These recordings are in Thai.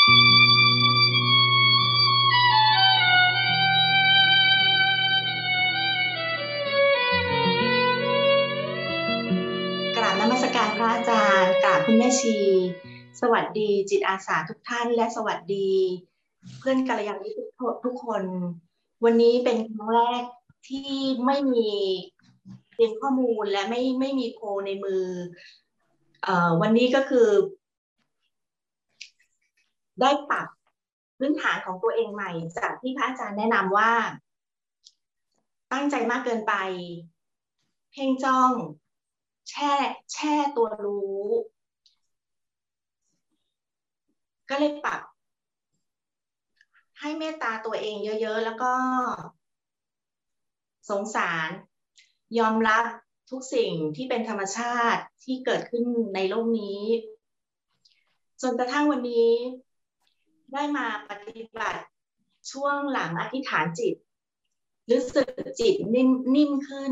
กราบนมัสการพระอาจารย์กราบคุณแม่ชีสวัสดีจิตอาสาทุกท่านและสวัสดีเพื่อนกัลยาณมิตรทุกคนวันนี้เป็นครั้งแรกที่ไม่มีเตรียมข้อมูลและไม่มีโพลในมือวันนี้ก็คือได้ปรับพื้นฐานของตัวเองใหม่จากที่พระอาจารย์แนะนำว่าตั้งใจมากเกินไปเพ่งจ้องแช่ตัวรู้ก็เลยปรับให้เมตตาตัวเองเยอะๆแล้วก็สงสารยอมรับทุกสิ่งที่เป็นธรรมชาติที่เกิดขึ้นในโลกนี้จนกระทั่งวันนี้ได้มาปฏิบัติช่วงหลังอธิษฐานจิตรู้สึกจิตนิ่มขึ้น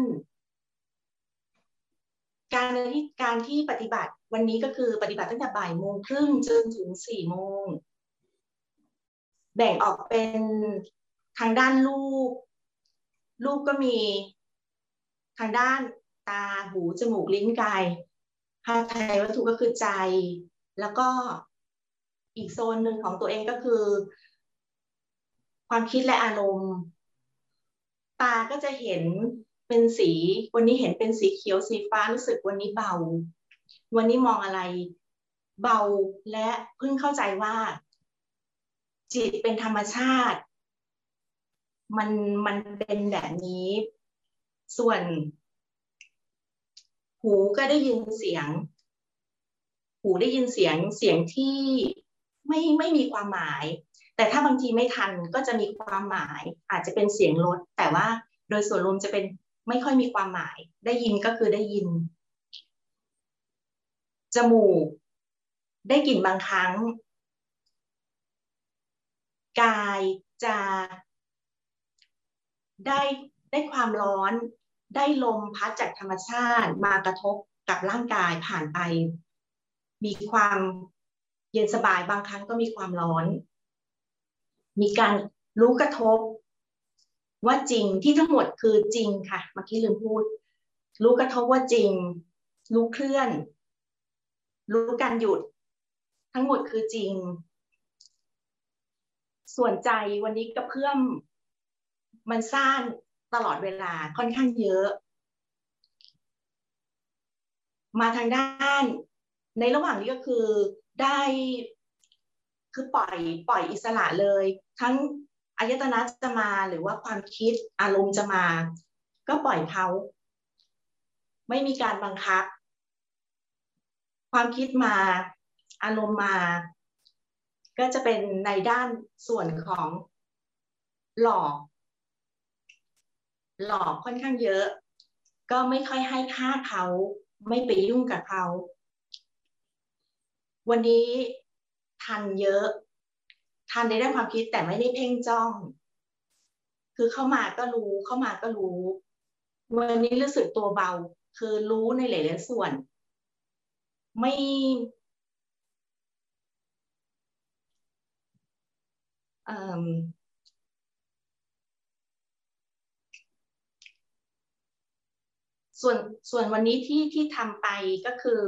การที่ปฏิบัติวันนี้ก็คือปฏิบัติตั้งแต่บ่ายโมงครึ่งจนถึง4 โมงแบ่งออกเป็นทางด้านรูปก็มีทางด้านตาหูจมูกลิ้นกายภาพไทยวัตถุก็คือใจแล้วก็อีกโซนหนึ่งของตัวเองก็คือความคิดและอารมณ์ตาก็จะเห็นเป็นสีวันนี้เห็นเป็นสีเขียวสีฟ้ารู้สึกวันนี้เบาวันนี้มองอะไรเบาและเพิ่งเข้าใจว่าจิตเป็นธรรมชาติมันเป็นแบบนี้ส่วนหูก็ได้ยินเสียงหูได้ยินเสียงที่ไม่มีความหมายแต่ถ้าบางทีไม่ทันก็จะมีความหมายอาจจะเป็นเสียงรถแต่ว่าโดยส่วนรวมจะเป็นไม่ค่อยมีความหมายได้ยินก็คือได้ยินจมูกได้กลิ่นบางครั้งกายจะได้ความร้อนได้ลมพัดจากธรรมชาติมากระทบกับร่างกายผ่านไปมีความเย็นสบายบางครั้งก็มีความร้อนมีการรู้กระทบว่าจริงที่ทั้งหมดคือจริงค่ะเมื่อกี้ลืมพูดรู้กระทบว่าจริงรู้เคลื่อนรู้การหยุดทั้งหมดคือจริงส่วนใจวันนี้กระเพื่อมมันซ่านตลอดเวลาค่อนข้างเยอะมาทางด้านในระหว่างนี้ก็คือได้คือปล่อยอิสระเลยทั้งอายตนะจะมาหรือว่าความคิดอารมณ์จะมาก็ปล่อยเขาไม่มีการบังคับความคิดมาอารมณ์มาก็จะเป็นในด้านส่วนของหลอกค่อนข้างเยอะก็ไม่ค่อยให้ค่าเขาไม่ไปยุ่งกับเขาวันนี้ทันเยอะทันในด้านความคิดแต่ไม่ได้เพ่งจ้องคือเข้ามาก็รู้เข้ามาก็รู้วันนี้รู้สึกตัวเบาคือรู้ในหลายๆส่วนไม่เอ่อส่วนวันนี้ที่ทำไปก็คือ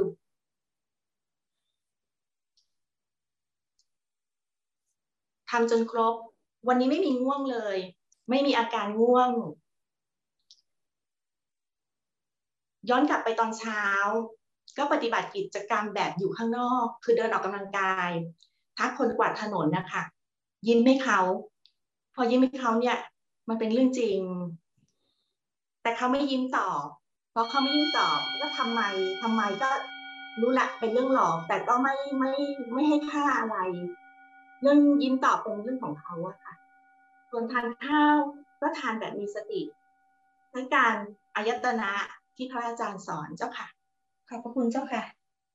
ทำจนครบวันนี้ไม่มีง่วงเลยไม่มีอาการง่วงย้อนกลับไปตอนเช้าก็ปฏิบัติกิจกรรมแบบอยู่ข้างนอกคือเดินออกกำลังกายทักคนกวาดถนนนะคะยิ้มให้เขาพอยิ้มให้เขาเนี่ยมันเป็นเรื่องจริงแต่เขาไม่ยิ้มตอบเพราะเขาไม่ยิ้มตอบก็ทำไมก็รู้ละเป็นเรื่องหลอกแต่ก็ไม่ให้ค่าอะไรเรื่องยิ้มตอบเป็นเรื่องของเขาอะค่ะส่วนทานข้าวก็ทานแบบมีสติใช้การอายตนะที่พระอาจารย์สอนเจ้าค่ะขอบพระคุณเจ้าค่ะ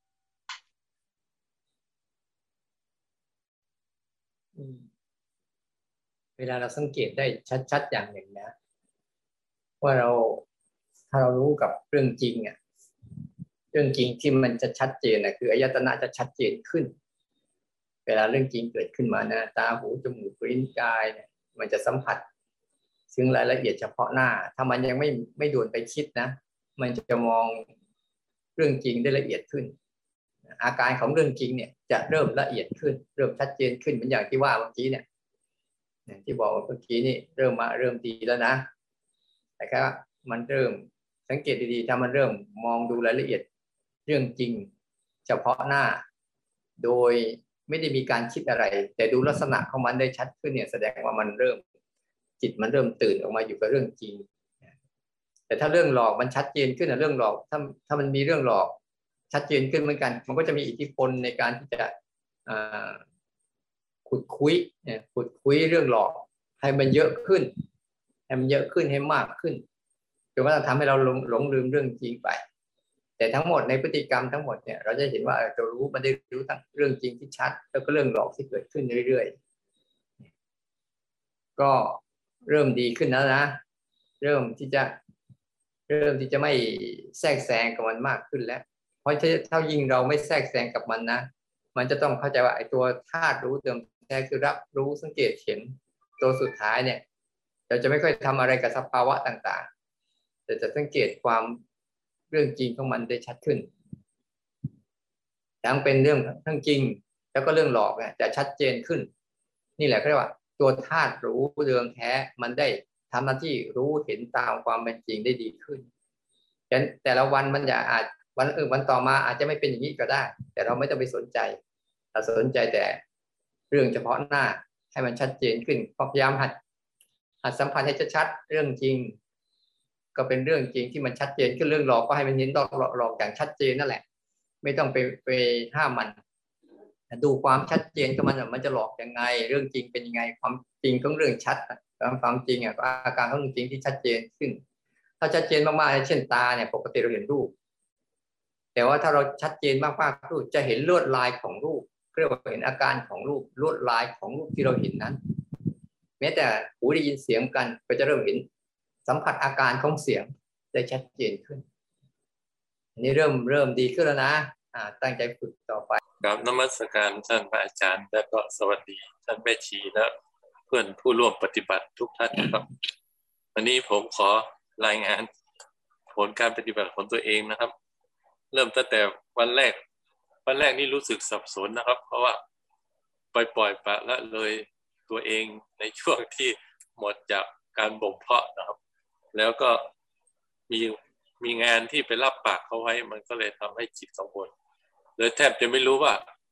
อืมเวลาเราสังเกตได้ชัดๆอย่างหนึ่งนะว่าถ้าเรารู้กับเรื่องจริงอ่ะเรื่องจริงที่มันจะชัดเจนนะคืออายตนะจะชัดเจนขึ้นเวลาเรื่องจริงเกิดขึ้นมานะตาหูจมูกลิ้นกายเนี่ยมันจะสัมผัสซึ่งรายละเอียดเฉพาะหน้าถ้ามันยังไม่ด่วนไปคิดนะมันจะมองเรื่องจริงได้ละเอียดขึ้นอาการของเรื่องจริงเนี่ยจะเริ่มละเอียดขึ้นเริ่มชัดเจนขึ้นเหมือนอย่างที่ว่าเมื่อกี้เนี่ยที่บอกเมื่อกี้นี่เริ่มดีแล้วนะแต่ก็มันเริ่มสังเกตดีๆถ้ามันเริ่มมองดูรายละเอียดเรื่องจริงเฉพาะหน้าโดยไม่ได้มีการคิดอะไรแต่ดูลักษณะของมันได้ชัดขึ้นเนี่ยแสดงว่ามันเริ่มจิตมันเริ่มตื่นออกมาอยู่กับเรื่องจริงแต่ถ้าเรื่องหลอกมันชัดเจนขึ้นนะเรื่องหลอกถ้ามันมีเรื่องหลอกชัดเจนขึ้นเหมือนกันมันก็จะมีอิทธิพลในการที่จะขุดคุยเรื่องหลอกให้มันเยอะขึ้นให้มากขึ้นจนกระทั่งทำให้เราหลงลืมเรื่องจริงไปแต่ทั้งหมดในพฤติกรรมทั้งหมดเนี่ยเราจะเห็นว่าเรารู้มันได้รู้ทั้งเรื่องจริงที่ชัดแล้วก็เรื่องหลอกที่เกิดขึ้นเรื่อยๆก็เริ่มดีขึ้นแล้วนะเริ่มที่จะไม่แทรกแซงกับมันมากขึ้นแล้วเพราะถ้ายิ่งเราไม่แทรกแซงกับมันนะมันจะต้องเข้าใจว่าไอ้ตัวธาตุรู้เดิมแท้คือรับรู้สังเกตเห็นตัวสุดท้ายเนี่ยเราจะไม่ค่อยทำอะไรกับสภาวะต่างๆแต่จะสังเกตความเรื่องจริงของมันได้ชัดขึ้นทั้งเป็นเรื่องจริงแล้วก็เรื่องหลอกเนี่ยจะชัดเจนขึ้นนี่แหละก็เรียกว่าตัวธาตุรู้เดิมแท้มันได้ทำหน้าที่รู้เห็นตามความเป็นจริงได้ดีขึ้นฉะนั้นแต่ละวันมันจะอาจวันต่อมาอาจจะไม่เป็นอย่างนี้ก็ได้แต่เราไม่ต้องไปสนใจเราสนใจแต่เรื่องเฉพาะหน้าให้มันชัดเจนขึ้นพยายามหัดสัมผัสให้ชัดๆเรื่องจริงก็เป็นเรื่องจริงที่มันชัดเจนขึ้นเรื่องหลอกก็ให้มันเห็นหลอกอย่างชัดเจนนั่นแหละไม่ต้องไปห้ามมันดูความชัดเจนของมันจะหลอกยังไงเรื่องจริงเป็นยังไงความจริงของเรื่องชัดความจริงอาการของเรื่องจริงที่ชัดเจนขึ้นถ้าชัดเจนมากๆเช่นตาเนี่ยปกติเราเห็นรูปแต่ว่าถ้าเราชัดเจนมากๆรูปจะเห็นลวดลายของรูปเรียกว่าเห็นอาการของรูปลวดลายของรูปที่เราเห็นนั้นแม้แต่หูได้ยินเสียงกันก็จะเริ่มเห็นสัมผัสอาการของเสียงได้ชัดเจนขึ้นอันนี้เริ่มดีขึ้นแล้วนะตั้งใจฝึกต่อไปครับนมัสการท่านพระอาจารย์และก็สวัสดีท่านแม่ชีและเพื่อนผู้ร่วมปฏิบัติทุกท่านนะครับวันนี้ผมขอรายงานผลการปฏิบัติของตัวเองนะครับเริ่มตั้งแต่วันแรกนี่รู้สึกสับสนนะครับเพราะว่าปล่อยปละละเลยตัวเองในช่วงที่หมดจากการบ่มเพาะนะครับแล้วก็มีงานที่ไปรับปากเขาไว้มันก็เลยทำให้จิตกังวลเลยแทบจะไม่รู้ว่า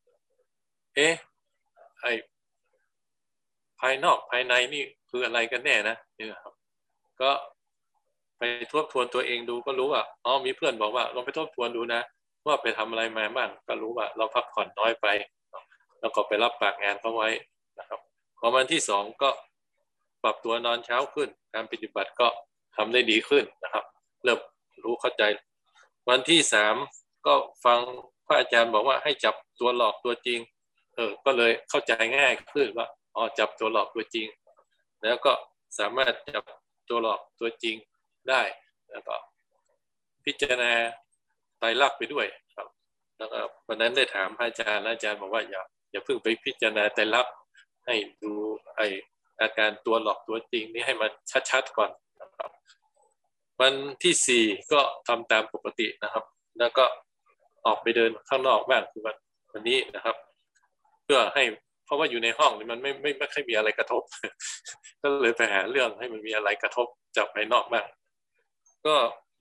ไอ้ภายนอกภายในนี่คืออะไรกันแน่นะนี่ครับก็ไปทบทวนตัวเองดูก็รู้ว่ามีเพื่อนบอกว่าลองไปทบทวนดูนะว่าไปทำอะไรมาบ้างก็รู้ว่าเราพักผ่อนน้อยไปแล้วก็ไปรับปากงานเขาไว้นะครับพอวันที่2ก็ปรับตัวนอนเช้าขึ้นการปฏิบัติก็ทำได้ดีขึ้นนะครับเริ่มรู้เข้าใจวันที่3ก็ฟังพระอาจารย์บอกว่าให้จับตัวหลอกตัวจริงก็เลยเข้าใจง่ายขึ้นว่าจับตัวหลอกตัวจริงแล้วก็สามารถจับตัวหลอกตัวจริงได้แล้วก็พิจารณาไตรลักษณ์ไปด้วยครับแล้วก็วันนั้นได้ถามพระอาจารย์อาจารย์บอกว่าอย่าเพิ่งไปพิจารณาไตรลักษณ์ให้ดูอาการตัวหลอกตัวจริงนี่ให้มันชัดๆก่อนนะครับวันที่4ก็ทำตามปกตินะครับแล้วก็ออกไปเดินข้างนอกบ้างคือวันนี้นะครับเพื่อให้เพราะว่าอยู่ในห้องมันไม่ค่อยมีอะไรกระทบก็เลยไปหาเรื่องให้มันมีอะไรกระทบจากภายนอกบ้างก็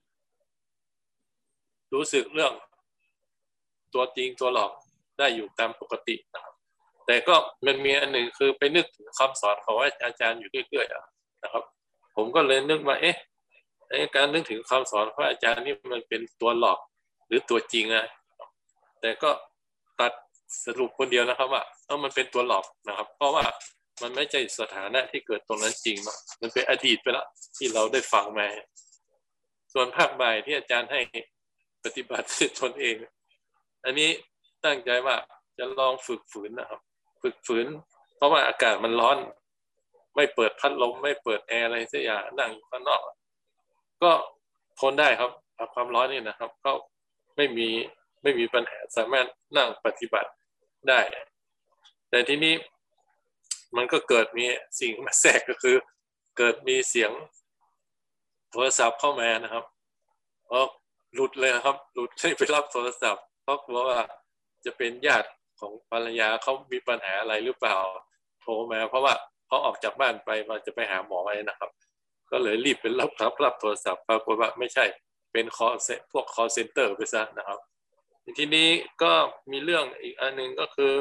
รู้สึกเรื่องตัวจริงตัวหลอกได้อยู่ตามปกตินะครับแต่ก็มันมีอันหนึ่งคือไปนึกถึงคำสอนของอาจารย์อยู่เรื่อยๆนะครับผมก็เลยนึกว่าการนึกถึงคำสอนของอาจารย์นี่มันเป็นตัวหลอกหรือตัวจริงนะแต่ก็ตัดสรุปคนเดียวนะครับว่ามันเป็นตัวหลอกนะครับเพราะว่ามันไม่ใช่สถานะที่เกิดตรงนั้นจริงเนาะมันเป็นอดีตไปแล้วที่เราได้ฟังมาส่วนภาคบ่ายที่อาจารย์ให้ปฏิบัติตนเองอันนี้ตั้งใจว่าจะลองฝึกฝืนนะครับฝึกฝืนเพราะว่าอากาศมันร้อนไม่เปิดพัดลมไม่เปิดแอร์อะไรสักอย่างนั่งอยู่ข้างนอกก็ทนได้ครับความร้อนนี่นะครับก็ไม่มีปัญหาสามารถนั่งปฏิบัติได้แต่ทีนี้มันก็เกิดมีสิ่งมาแทรกก็คือเกิดมีเสียงโทรศัพท์เข้ามานะครับหลุดเลยครับหลุดไปรับโทรศัพท์เพราะกลัวว่าจะเป็นญาติของภรรยาเขามีปัญหาอะไรหรือเปล่าโทรมาเพราะว่าเขาออกจากบ้านไปมาจะไปหาหมออะไรนะครับก็เลยรีบไปรับโทรศัพท์ปรากฏว่าไม่ใช่เป็นพวก call center ไปซะนะครับทีนี้ก็มีเรื่องอีกอันนึงก็คือ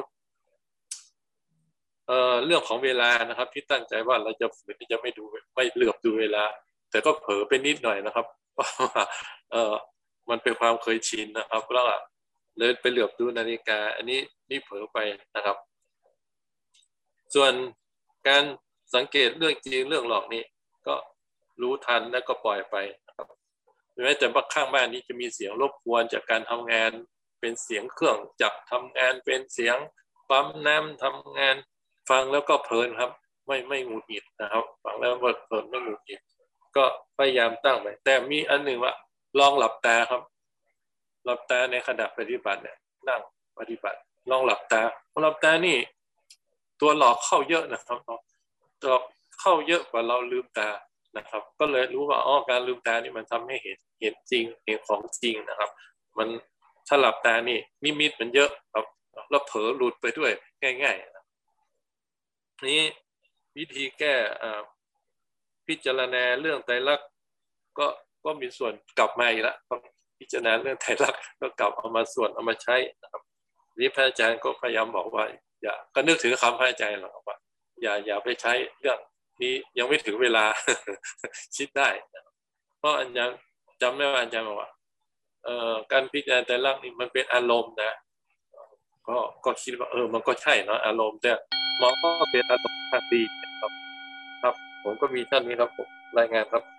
เรื่องของเวลานะครับที่ตั้งใจว่าเราจะฝืนที่จะไม่เหลือบดูเวลาแต่ก็เผลอไปนิดหน่อยนะครับเพราะว่ามันเป็นความเคยชินนะครับแล้วเลยไปเหลือบดูนาฬิกาอันนี้นี่เผลอไปนะครับส่วนการสังเกตเรื่องจริงเรื่องหลอกนี้ก็รู้ทันแล้วก็ปล่อยไปนะครับแม้แต่ว่าข้างบ้านนี้จะมีเสียงรบกวนจากการทำงานเป็นเสียงเครื่องจักรทำงานเป็นเสียงปั๊มน้ำทำงานฟังแล้วก็เพลินครับไม่หงุดหงิดนะครับฟังแล้วเพลินไม่หงุดหงิดก็พยายามตั้งไว้แต่มีอันหนึ่งว่าลองหลับตาครับหลับตาในขณะปฏิบัติเนี่ยนั่งปฏิบัติลองหลับตานี่ตัวหลอกเข้าเยอะนะครับตัวเข้าเยอะกว่าเราลืมตานะครับก็เลยรู้ว่าการลืมตานี่มันทำให้เห็นจริงเห็นของจริงนะครับมันถ้าหลับตานี่นิมิตมันเยอะครับแล้วเผลอหลุดไปด้วยง่ายๆนะนี้วิธีแก้พิจารณาเรื่องไตรลักษณ์ก็มีส่วนกลับมาอีกแล้วพิจารณาเรื่องไตรลักษณ์ก็กลับเอามาใช้นะครับนี่พระอาจารย์ก็พยายามบอกว่าอย่าก็นึกถึงคำพระอาจารย์หรอกว่าอย่าไปใช้เรื่องนี้ยังไม่ถึงเวลา คิดได้เพราะอาจารย์จำได้ว่าอาจารย์บอกว่าการพิจารณาไตรลักษณ์นี่มันเป็นอารมณ์นะก็คิดว่ามันก็ใช่เนาะอารมณ์แต่มองก็เป็นอารมณ์ทางดีครับผมก็มีท่านนี้ครับผมรายงานครับ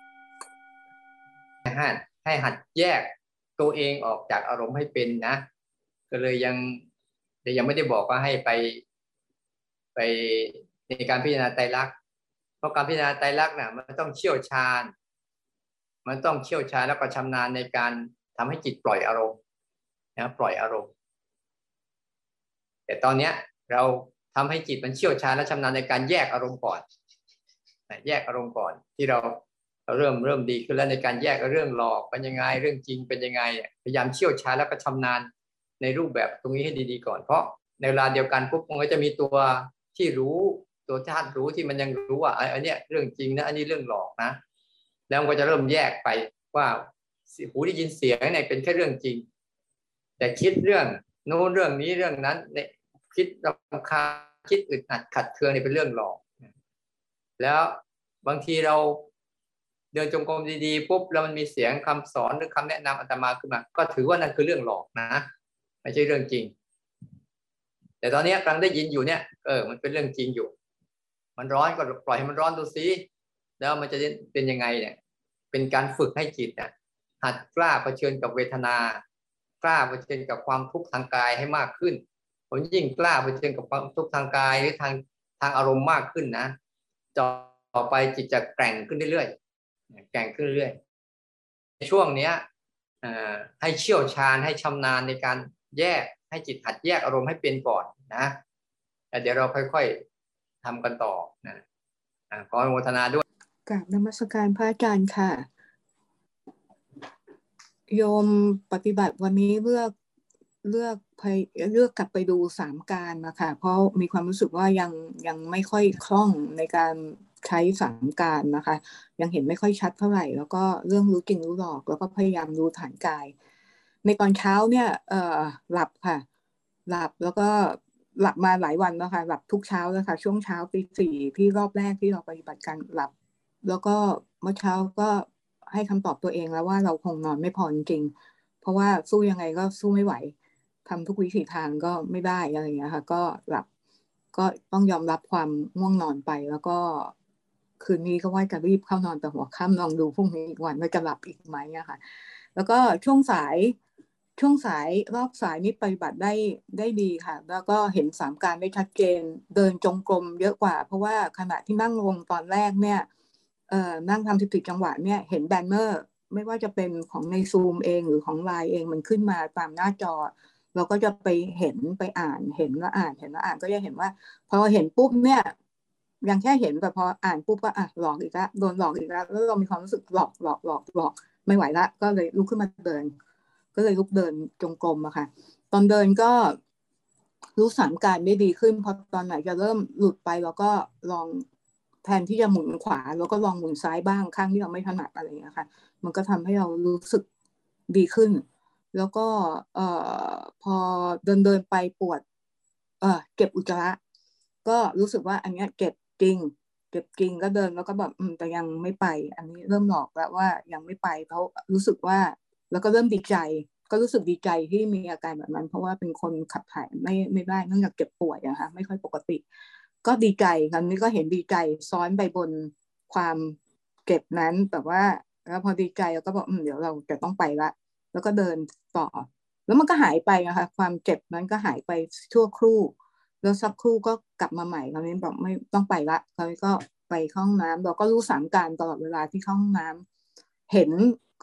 ให้หัดแยกตัวเองออกจากอารมณ์ให้เป็นนะก็เลยยังไม่ได้บอกว่าให้ไปในการพิจารณาไตรลักษณ์เพราะการพิจารณาไตรลักษณ์น่ะมันต้องเชี่ยวชาญแล้วก็ชำนาญในการทำให้จิตปล่อยอารมณ์นะปล่อยอารมณ์แต่ตอนนี้เราทำให้จิตมันเชี่ยวชาญและชำนาญในการแยกอารมณ์ก่อนแยกอารมณ์ก่อนที่เราเริ่มดีขึ้นแล้วในการแยกเรื่องหลอกเป็นยังไงเรื่องจริงเป็นยังไงพยายามเชี่ยวชาญแล้วก็ชำนาญในรูปแบบตรงนี้ให้ดีๆก่อนเพราะในเวลาเดียวกันปุ๊บมันก็จะมีตัวที่รู้ตัวธาตุรู้ที่มันยังรู้ว่าอันนี้เรื่องจริงนะอันนี้เรื่องหลอกนะแล้วมันก็จะเริ่มแยกไปว่าหูได้ยินเสียงเนี่ยเป็นแค่เรื่องจริงแต่คิดเรื่องโน้นเรื่องนี้เรื่องนั้นเนี่ยคิดรำคาญคิดอึดอัดขัดเคืองนี่เป็นเรื่องหลอกแล้วบางทีเราเดินจงกรมดีๆปุ๊บแล้วมันมีเสียงคำสอนหรือคำแนะนำอาตมาขึ้นมาก็ถือว่านั่นคือเรื่องหลอกนะไม่ใช่เรื่องจริงแต่ตอนนี้กำลังได้ยินอยู่เนี่ยมันเป็นเรื่องจริงอยู่มันร้อนก็ปล่อยให้มันร้อนดูสิแล้วมันจะเป็นยังไงเนี่ยเป็นการฝึกให้จิตเนี่ยหัดกล้าเผชิญกับเวทนากล้าเผชิญกับความทุกข์ทางกายให้มากขึ้นผมยิ่งกล้าเผชิญกับความทุกข์ทางกายหรือทางอารมณ์มากขึ้นนะต่อไปจิตจะแกร่งขึ้นเรื่อยๆแกร่งขึ้นเรื่อยในช่วงนี้ให้เชี่ยวชาญให้ชำนาญในการแยกให้จิตหัดแยกอารมณ์ให้เป็นก่อนนะเดี๋ยวเราค่อยๆทำกันต่อนะขออนุโมทนาด้วยกราบนมัสการพระอาจารย์ค่ะโยมปฏิบัติวันนี้เลือกกลับไปดู3การนะคะเพราะมีความรู้สึกว่ายังไม่ค่อยคล่องในการใช้3การนะคะยังเห็นไม่ค่อยชัดเท่าไหร่แล้วก็เรื่องรู้จริงรู้หลอกแล้วก็พยายามรู้ฐานกายในตอนเช้าเนี่ยหลับค่ะหลับแล้วก็หลับมาหลายวันแล้วค่ะหลับทุกเช้าแล้วค่ะช่วงเช้าตี 4ที่รอบแรกที่เราปฏิบัติการหลับแล้วก็เมื่อเช้าก็ให้คำตอบตัวเองแล้วว่าเราคงนอนไม่พอจริงๆเพราะว่าสู้ยังไงก็สู้ไม่ไหวทำทุกวิถีทางก็ไม่ได้อะไรอย่างเงี้ยค่ะก็หลับก็ต้องยอมรับความง่วงนอนไปแล้วก็คืนนี้ก็ว่าจะรีบเข้านอนแต่หัวค่ำลองดูพรุ่งนี้อีกวันว่าจะหลับอีกไหมอะค่ะแล้วก็ช่วงสายรอบสายนี้ปฏิบัติได้ดีค่ะแล้วก็เห็น3การได้ชัดเจนเดินจงกรมเยอะกว่าเพราะว่าขณะที่นั่งลงตอนแรกเนี่ยนั่งทำ14จังหวะเนี่ยเห็นแบนเนอร์ไม่ว่าจะเป็นของใน Zoom เองหรือของ LINE เองมันขึ้นมาตามหน้าจอเราก็จะไปเห็นไปอ่านเห็นแล้วอ่านเห็นแล้วอ่านก็จะเห็นว่าพอเห็นปุ๊บเนี่ยยังแค่เห็นแต่พออ่านปุ๊บก็หลอกอีกแล้วโดนหลอกอีกแล้วแล้วเรามีความรู้สึกหลอกไม่ไหวละก็เลยลุกขึ้นมาเดินก็เลยลุกเดินจงกรมอะค่ะตอนเดินก็รู้สามการได้ดีขึ้นพอตอนไหนจะเริ่มหลุดไปเราก็ลองแทนที่จะหมุนขวาเราก็ลองหมุนซ้ายบ้างข้างที่เราไม่ถนัดอะไรอย่างเงี้ยค่ะมันก็ทำให้เรารู้สึกดีขึ้นแล้วก็พอเดินไปปวดเก็บอุจจาระก็รู้สึกว่าอันนี้เก็บจริงก็เดินแล้วก็แบบแต่ยังไม่ไปอันนี้เริ่มหลอกแล้วว่ายังไม่ไปเพราะรู้สึกว่าแล้วก็เริ่มดีใจก็รู้สึกดีใจที่มีอาการแบบนั้นเพราะว่าเป็นคนขับถ่ายไม่ได้เนื่องจากเจ็บป่วยนะคะไม่ค่อยปกติก็ดีใจครั้งนี้ก็เห็นดีใจซ้อนไปบนความเก็บนั้นแต่ว่าแล้วพอดีใจเราก็บอกเดี๋ยวเราจะต้องไปละแล้วก็เดินต่อแล้วมันก็หายไปนะคะความเจ็บนั้นก็หายไปชั่วครู่แล้วสักครู่ก็กลับมาใหม่คราวนี้บอกไม่ต้องไปละคราวนี้ก็ไปเข้าห้องน้ำเราก็รู้สามการตลอดเวลาที่เข้าห้องน้ำเห็น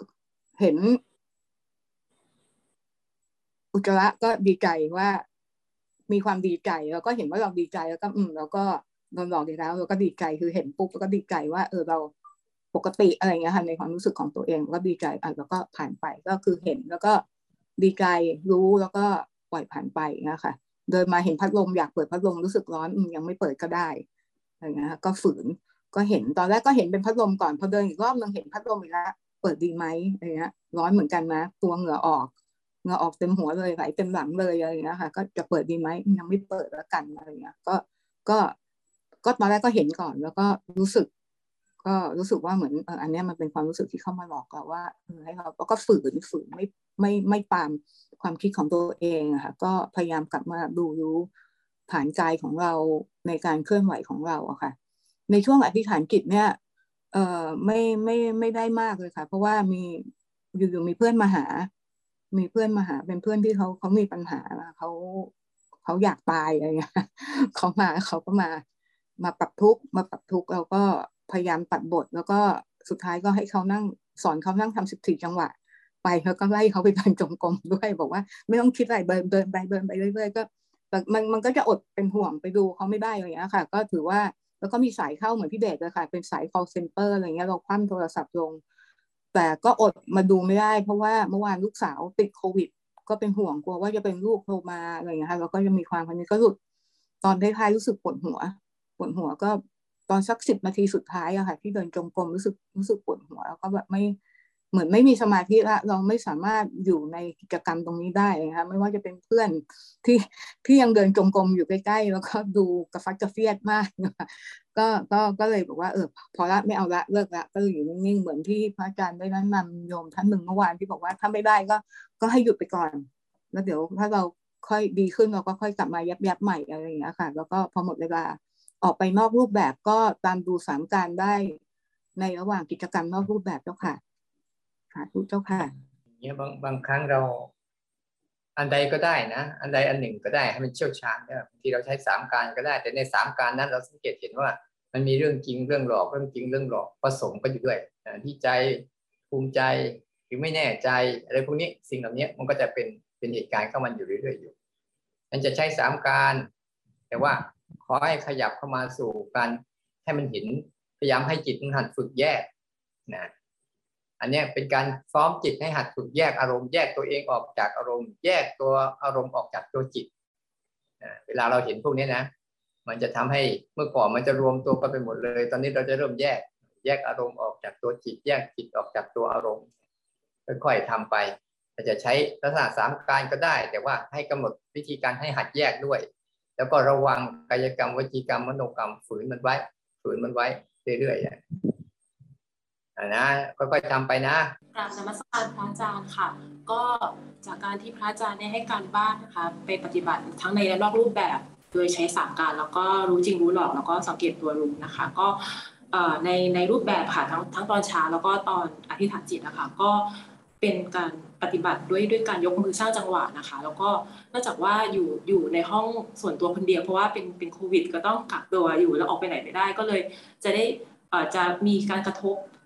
อุจจาระก็ดีใจว่ามีความดีใจแล้วก็เห็นว่าเราดีใจแล้วก็เราก็โดนหลอกดีแล้วเราก็ดีใจคือเห็นปุ๊บแล้วก็ดีใจว่าเราปกติอะไรเงี้ยค่ะในความรู้สึกของตัวเองก็ดีใจแล้วก็ผ่านไปก็คือเห็นแล้วก็ดีใจรู้แล้วก็ปล่อยผ่านไปนะคะเดินมาเห็นพัดลมอยากเปิดพัดลมรู้สึกร้อนยังไม่เปิดก็ได้อะไรเงี้ยก็ฝืนก็เห็นตอนแรกก็เห็นเป็นพัดลมก่อนพอเดินอีกรอบนึงเห็นพัดลมอีกแล้วเปิดดีไหมอะไรเงี้ยร้อนเหมือนกันนะตัวเหงื่อออกเต็มหัวเลยไหลเต็มหลังเลยอะไรอย่างเงี้ยค่ะก็จะเปิดดีไหมยังไม่เปิดแล้วกันอะไรเงี้ยก็ตอนแรกก็เห็นก่อนแล้วก็รู้สึกว่าเหมือนอันนี้มันเป็นความรู้สึกที่เข้ามาหลอกเราว่าให้เราก็ฝืนไม่ตามความคิดของตัวเองอะค่ะก็พยายามกลับมาดูรู้ฐานกายของเราในการเคลื่อนไหวของเราอะค่ะในช่วงอธิษฐานจิตเนี่ยไม่ได้มากเลยค่ะเพราะว่าอยู่มีเพื่อนมาหาเป็นเพื่อนที่เขามีปัญหาเขาอยากตายอะไรเงี้ยเขาก็มาปรับทุกข์เราก็พยายามตัดบทแล้วก็สุดท้ายก็ให้เขานั่งสอนเขานั่งทำ14 จังหวะไปแล้วก็ไล่เขาไปเดินจงกรมด้วยบอกว่าไม่ต้องคิดอะไรเดินไปเรื่อยๆก็แต่มันก็จะอดเป็นห่วงไปดูเขาไม่ได้อะไรเงี้ยค่ะก็ถือว่าแล้วก็มีสายเข้าเหมือนพี่เดชเลยค่ะเป็นสาย call center อะไรเงี้ยเราคว่ำโทรศัพท์ลงแต่ก็อดมาดูไม่ได้เพราะว่าเมื่อวานลูกสาวติดโควิดก็เป็นห่วงกลัวว่าจะเป็นลูกโทรมาอะไรอย่างเงี้ยค่ะแล้วก็จะมีความพันนี้ก็หลุดตอนท้ายๆรู้สึกปวดหัวก็ตอนสัก10 นาทีสุดท้ายอะค่ะที่เดินจงกรมรู้สึกปวดหัวแล้วก็แบบเหมือนไม่มีสมาธิละเราไม่สามารถอยู่ในกิจกรรมตรงนี้ได้นะคะไม่ว่าจะเป็นเพื่อนที่ยังเดินจงกรมอยู่ใกล้ๆแล้วก็ดูกระฟัดกระเฟียดมากนะคะก็เลยบอกว่าพอละไม่เอาละเลิกละก็อยู่นิ่งๆเหมือนที่พระอาจารย์ได้แนะนำโยมท่านหนึ่งเมื่อวานที่บอกว่าถ้าไม่ได้ก็ให้หยุดไปก่อนแล้วเดี๋ยวถ้าเราค่อยดีขึ้นเราก็ค่อยกลับมายับใหม่อะไรอย่างเงี้ยค่ะแล้วก็พอหมดเวลาออกไปนอกรูปแบบก็ตามดูสามการได้ในระหว่างกิจกรรมนอกรูปแบบเจ้าค่ะสาธุเจ้าค่ะเนี่ยบางครั้งเราอันใดก็ได้นะอันใดอันหนึ่งก็ได้ให้มันเชี่ยวชาญเนี่ยบางทีเราใช้3 การก็ได้แต่ใน3 การนั้นเราสังเกตเห็นว่ามันมีเรื่องจริงเรื่องหลอกเรื่องจริงเรื่องหลอกผสมกันอยู่ด้วยที่ใจภูมิใจหรือไม่แน่ใจอะไรพวกนี้สิ่งเหล่านี้มันก็จะเป็นเหตุการณ์เข้ามันอยู่เรื่อยๆอยู่มันจะใช้3 การแต่ว่าขอให้ขยับเข้ามาสู่การให้มันเห็นพยายามให้จิตมันหัดฝึกแยกนะอันนี้เป็นการซ้อมจิตให้หัดฝึกแยกอารมณ์แยกตัวเองออกจากอารมณ์แยกตัวอารมณ์ออกจากตัวจิตเวลาเราเห็นพวกนี้นะมันจะทำให้เมื่อก่อนมันจะรวมตัวกันไปหมดเลยตอนนี้เราจะเริ่มแยกอารมณ์ออกจากตัวจิตแยกจิตออกจากตัวอารมณ์ค่อยๆทำไปเราจะใช้ลักษณะ3 การก็ได้แต่ว่าให้กำหนดวิธีการให้หัดแยกด้วยแล้วก็ระวังกายกรรมวจีกรรมมโนกรรมฝืนมันไว้เรื่อยๆนะค่อยๆทำไปนะกราบนมัสการพระอาจารย์ค่ะก็จากการที่พระอาจารย์ได้ให้การบ้านนะคะไปปฏิบัติทั้งในและนอกรูปแบบโดยใช้3 การแล้วก็รู้จริงรู้หลอกแล้วก็สังเกตตัวรู้นะคะก็ในรูปแบบค่ะทั้งตอนเช้าแล้วก็ตอนอธิษฐานจิตนะคะก็เป็นการปฏิบัติด้วยการยกมือสร้างจังหวะนะคะแล้วก็นอกจากว่าอยู่ในห้องส่วนตัวคนเดียวเพราะว่าเป็นโควิดก็ต้องกักตัวอยู่แล้วออกไปไหนไม่ได้ก็เลยจะมีการกระทบ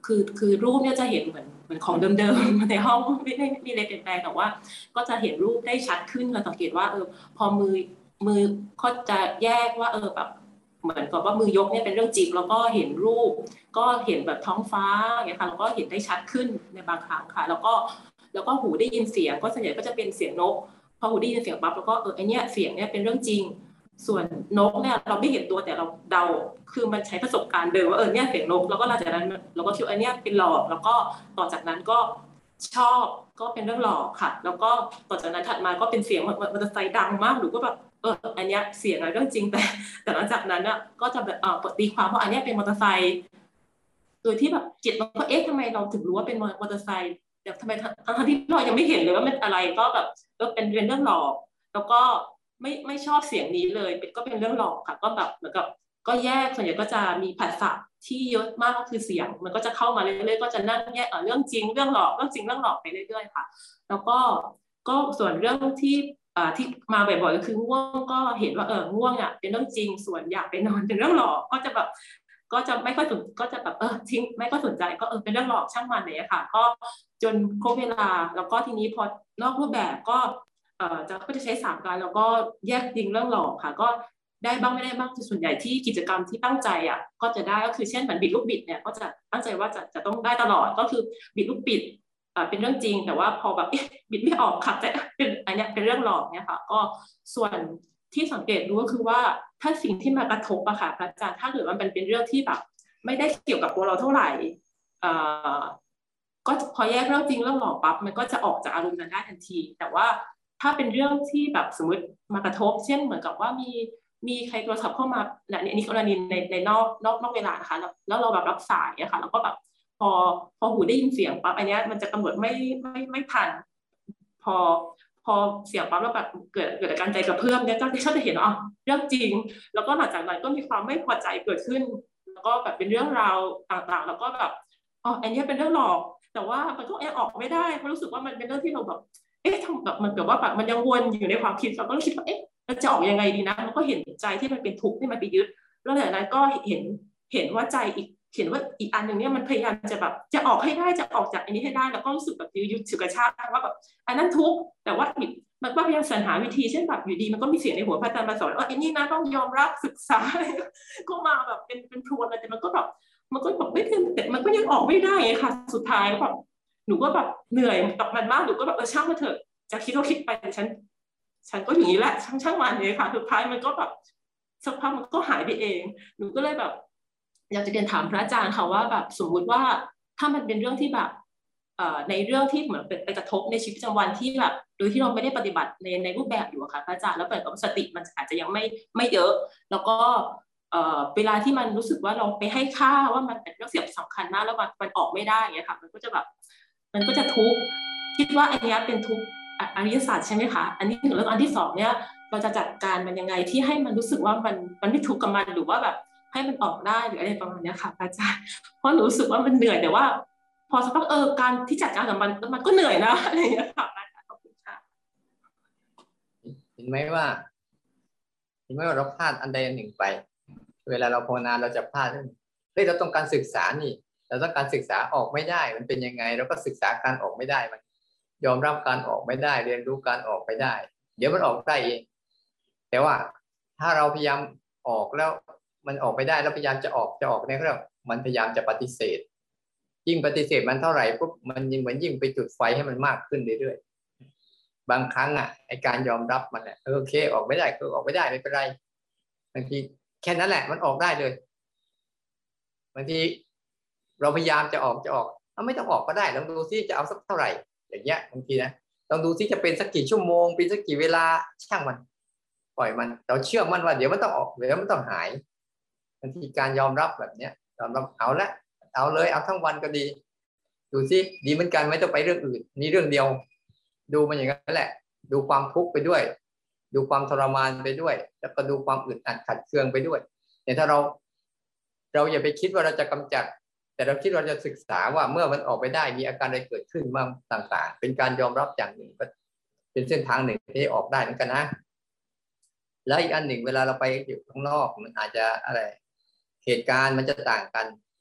คือรูปเนี่ยจะเห็นเหมือนของเดิมๆในห้องไม่ได้มีอะไรเปลี่ยนแปลงแต่ว่าก็จะเห็นรูปได้ชัดขึ้นเราสังเกตว่าพอมือก็จะแยกว่าแบบเหมือนกับว่ามือยกเนี่ยเป็นเรื่องจริงแล้วก็เห็นรูปก็เห็นแบบท้องฟ้าอย่างเงี้ยค่ะแล้วก็เห็นได้ชัดขึ้นในบางครั้งค่ะแล้วก็หูได้ยินเสียงก็ส่วนใหญ่ก็จะเป็นเสียงนกพอหูได้ยินเสียงปั๊บแล้วก็ไอเนี้ยเสียงเนี่ยเป็นเรื่องจริงส่วนนกเนี่ยเราไม่เห็นตัวแต่เราเดาคือมันใช้ประสบการณ์เดิมว่าเนี่ยเสียงนกแล้วก็หลังจากนั้นเราก็คิดว่าเนี่ยเป็นหลอกแล้วก็ต่อจากนั้นก็ชอบก็เป็นเรื่องหลอกค่ะแล้วก็ต่อจากนั้นถัดมาก็เป็นเสียงมอเตอร์ไซค์ดังมากหรือก็แบบอันเนี้ยเสียงอะไรเรื่องจริงแต่หลังจากนั้นอ่ะก็จะแบบตีความว่าอันเนี้ยเป็นมอเตอร์ไซค์โดยที่แบบจิตมันก็ทำไมเราถึงรู้ว่าเป็นมอเตอร์ไซค์แต่ทำไมทั้งที่เรายังไม่เห็นเลยว่ามันอะไรก็แบบเป็นเรื่องหลอกแล้วก็ไม่ชอบเสียงนี้เลยก็เป็นเรื่องหลอกค่ะก็แบบเหมือนกับก็แยกส่วนใหญ่ก็จะมีผัสสะที่เยอะมากก็คือเสียงมันก็จะเข้ามาเรื่อยๆก็จะนั่งแยกเรื่องจริงเรื่องหลอกเรื่องจริงเรื่องหลอกไปเรื่อยๆค่ะแล้วก็ส่วนเรื่องที่มาบ่อยๆก็คือง่วงก็เห็นว่าง่วงอ่ะเป็นเรื่องจริงส่วนอยากไปนอนเป็นเรื่องหลอกก็จะแบบก็จะไม่ค่อยสนก็จะแบบทิ้งไม่ก็สนใจก็เป็นเรื่องหลอกช่างมันเลยค่ะก็จนครบเวลาแล้วก็ทีนี้พอนอกรูปแบบก็จะใช้3การแล้วก็แยกจริงเรื่องหลอกค่ะก็ได้บ้างไม่ได้บ้างส่วนใหญ่ที่กิจกรรมที่ตั้งใจอ่ะก็จะได้ก็คือเช่นเหมือนบิดลูกบิดเนี่ยก็จะตั้งใจว่าจะต้องได้ตลอดก็คือบิดลูกบิดเป็นเรื่องจริงแต่ว่าพอแบบบิดไม่ออกค่ะแต่เป็นอันนี้เป็นเรื่องหลอกเนี่ยค่ะก็ส่วนที่สังเกตดูก็คือว่าถ้าสิ่งที่มากระทบอะค่ะพระอาจารย์ถ้าเกิดว่ามันเป็นเรื่องที่แบบไม่ได้เกี่ยวกับตัวเราเท่าไหร่ก็พอแยกเรื่องจริงเรื่องหลอกปั๊บมันก็จะออกจากอารมณ์นั้นได้ทันทีแต่ว่าถ้าเป็นเรื่องที่แบบสมมติมากระทบเช่นเหมือนกับว่ามีใครโทรศัพท์เข้ามานี่กรณีในนอกเวลานะคะแล้วเราแบบรับสายอะค่ะแล้วก็แบบพอหูได้ยินเสียงปั๊บอันนี้มันจะกำหนดไม่ทันพอเสียงปั๊บแล้วแบบเกิดอาการใจกระเพื่อมเนี่ยก็จะเห็นเรื่องจริงแล้วก็หลังจากนั้นก็มีความไม่พอใจเกิดขึ้นแล้วก็แบบเป็นเรื่องราวต่างๆแล้วก็แบบอันนี้เป็นเรื่องหลอกแต่ว่ามันก็ออกไม่ได้เพราะรู้สึกว่ามันเป็นเรื่องที่เราแบบทำแบบมันแบบว่าแบบมันยังวนอยู่ในความคิดเราก็คิดว่าเราจะออกยังไงดีนะมันก็เห็นใจที่มันเป็นทุกข์ที่มันไปยึดแล้วจากนั้นก็เห็นว่าใจเห็นว่าอีกอันหนึ่งเนี่ยมันพยายามจะแบบจะออกให้ได้จะออกจากอันนี้ให้ได้แล้วก็รู้สึกแบบยึดฉุดกระชากว่าแบบอันนั้นทุกข์แต่ว่ามันก็พยายามสรรหาวิธีเช่นแบบอยู่ดีมันก็มีเสียงในหัวพระอาจารย์มาสอนอันนี้นะต้องยอมรับศึกษาก็มาแบบเป็นพรวนอะไรแต่มันก็แบบไม่ถึงแต่มันก็ยังออกไม่ได้ค่ะสุดท้ายแบบหนูก็แบบเหนื่อยกับมันมากหนูก็แบบช่างมาเถอะจะคิดก็คิดไปฉันก็อย่างนี้แหละช่างมันเลยค่ะสุดท้ายมันก็แบบสักพักมันก็หายไปเองหนูก็เลยแบบอยากจะเรียนถามพระอาจารย์ค่ะว่าแบบสมมุติว่าถ้ามันเป็นเรื่องที่แบบในเรื่องที่เหมือนเป็นไปกระทบในชีวิตประจำวันที่แบบโดยที่เราไม่ได้ปฏิบัติในรูปแบบอยู่ค่ะพระอาจารย์แล้วเปิดกับสติมันอาจจะยังไม่เยอะแล้วก็เวลาที่มันรู้สึกว่าเราไปให้ค่าว่ามันเป็นเรื่องสำคัญมากแล้วมันออกไม่ได้อย่างเงี้ยค่ะมันก็จะทุกข์คิดว่าอันนี้เป็นทุกข์อริยศาสตร์ใช่ไหมคะอันนี้ถึงแล้วอันที่2เนี่ยเราจะจัดการมันยังไงที่ให้มันรู้สึกว่ามันไม่ทุกข์กับมันหรือว่าแบบให้มันออกได้หรืออะไรประมาณนี้ค่ะอาจารย์เพราะหนูรู้สึกว่ามันเหนื่อยแต่ว่าพอสักพักการที่จัดการกับมันก็เหนื่อยนะอะไรอย่างเงี้ยค่ะขอบคุณค่ะเห็นไหมว่าเราพลาดอันใดอันหนึ่งไปเวลาเราภาวนาเราจะพลาดเราต้องการศึกษานี่เราต้องการศึกษาออกไม่ได้มันเป็นยังไงเราก็ศึกษาการออกไม่ได้มันยอมรับการออกไม่ได้เรียนรู้การออกไม่ได้เดี๋ยวมันออกได้เองแต่ว่าถ้าเราพยายามออกแล้วมันออกไม่ได้แล้วพยายามจะออกเนี่ยก็มันพยายามจะปฏิเสธยิ่งปฏิเสธมันเท่าไหร่ปุ๊บมันยิ่งเหมือนยิ่งไปจุดไฟให้มันมากขึ้นเรื่อยๆบางครั้งไอการยอมรับมันโอเคออกไม่ได้ก็ออกไม่ได้ไม่เป็นไรบางทีแค่นั้นแหละมันออกได้เลยบางทีเราพยายามจะออกไม่ต้องออกก็ได้ลองดูซิจะเอาสักเท่าไหร่อย่างเงี้ยบางทีนะลองดูซิจะเป็นสักกี่ชั่วโมงเป็นสักกี่เวลาช่างมันปล่อยมันเราเชื่อมันว่าเดี๋ยวมันต้องออกเดี๋ยวมันต้องหายบางทีการยอมรับแบบเนี้ยยอมรับเอาเลยเอาทั้งวันก็ดีดูซิดีเหมือนกันไม่ต้องไปเรื่องอื่นนี่เรื่องเดียวดูมันอย่างนั้นแหละดูความทุกข์ไปด้วยดูความทรมานไปด้วยแล้วก็ดูความอึดอัดขัดเคืองไปด้วยแต่ถ้าเราอย่าไปคิดว่าเราจะกำจัดแต่เราคิดเราจะศึกษาว่าเมื่อมันออกไปได้มีอาการอะไรเกิดขึ้นบ้างต่างๆเป็นการยอมรับอย่างหนึ่งก็เป็นเส้นทางหนึ่งที่ออกได้เหมือนกันนะแล้วอีกอันหนึ่งเวลาเราไปอยู่ข้างนอกมันอาจจะอะไรเหตุการณ์มันจะต่างกัน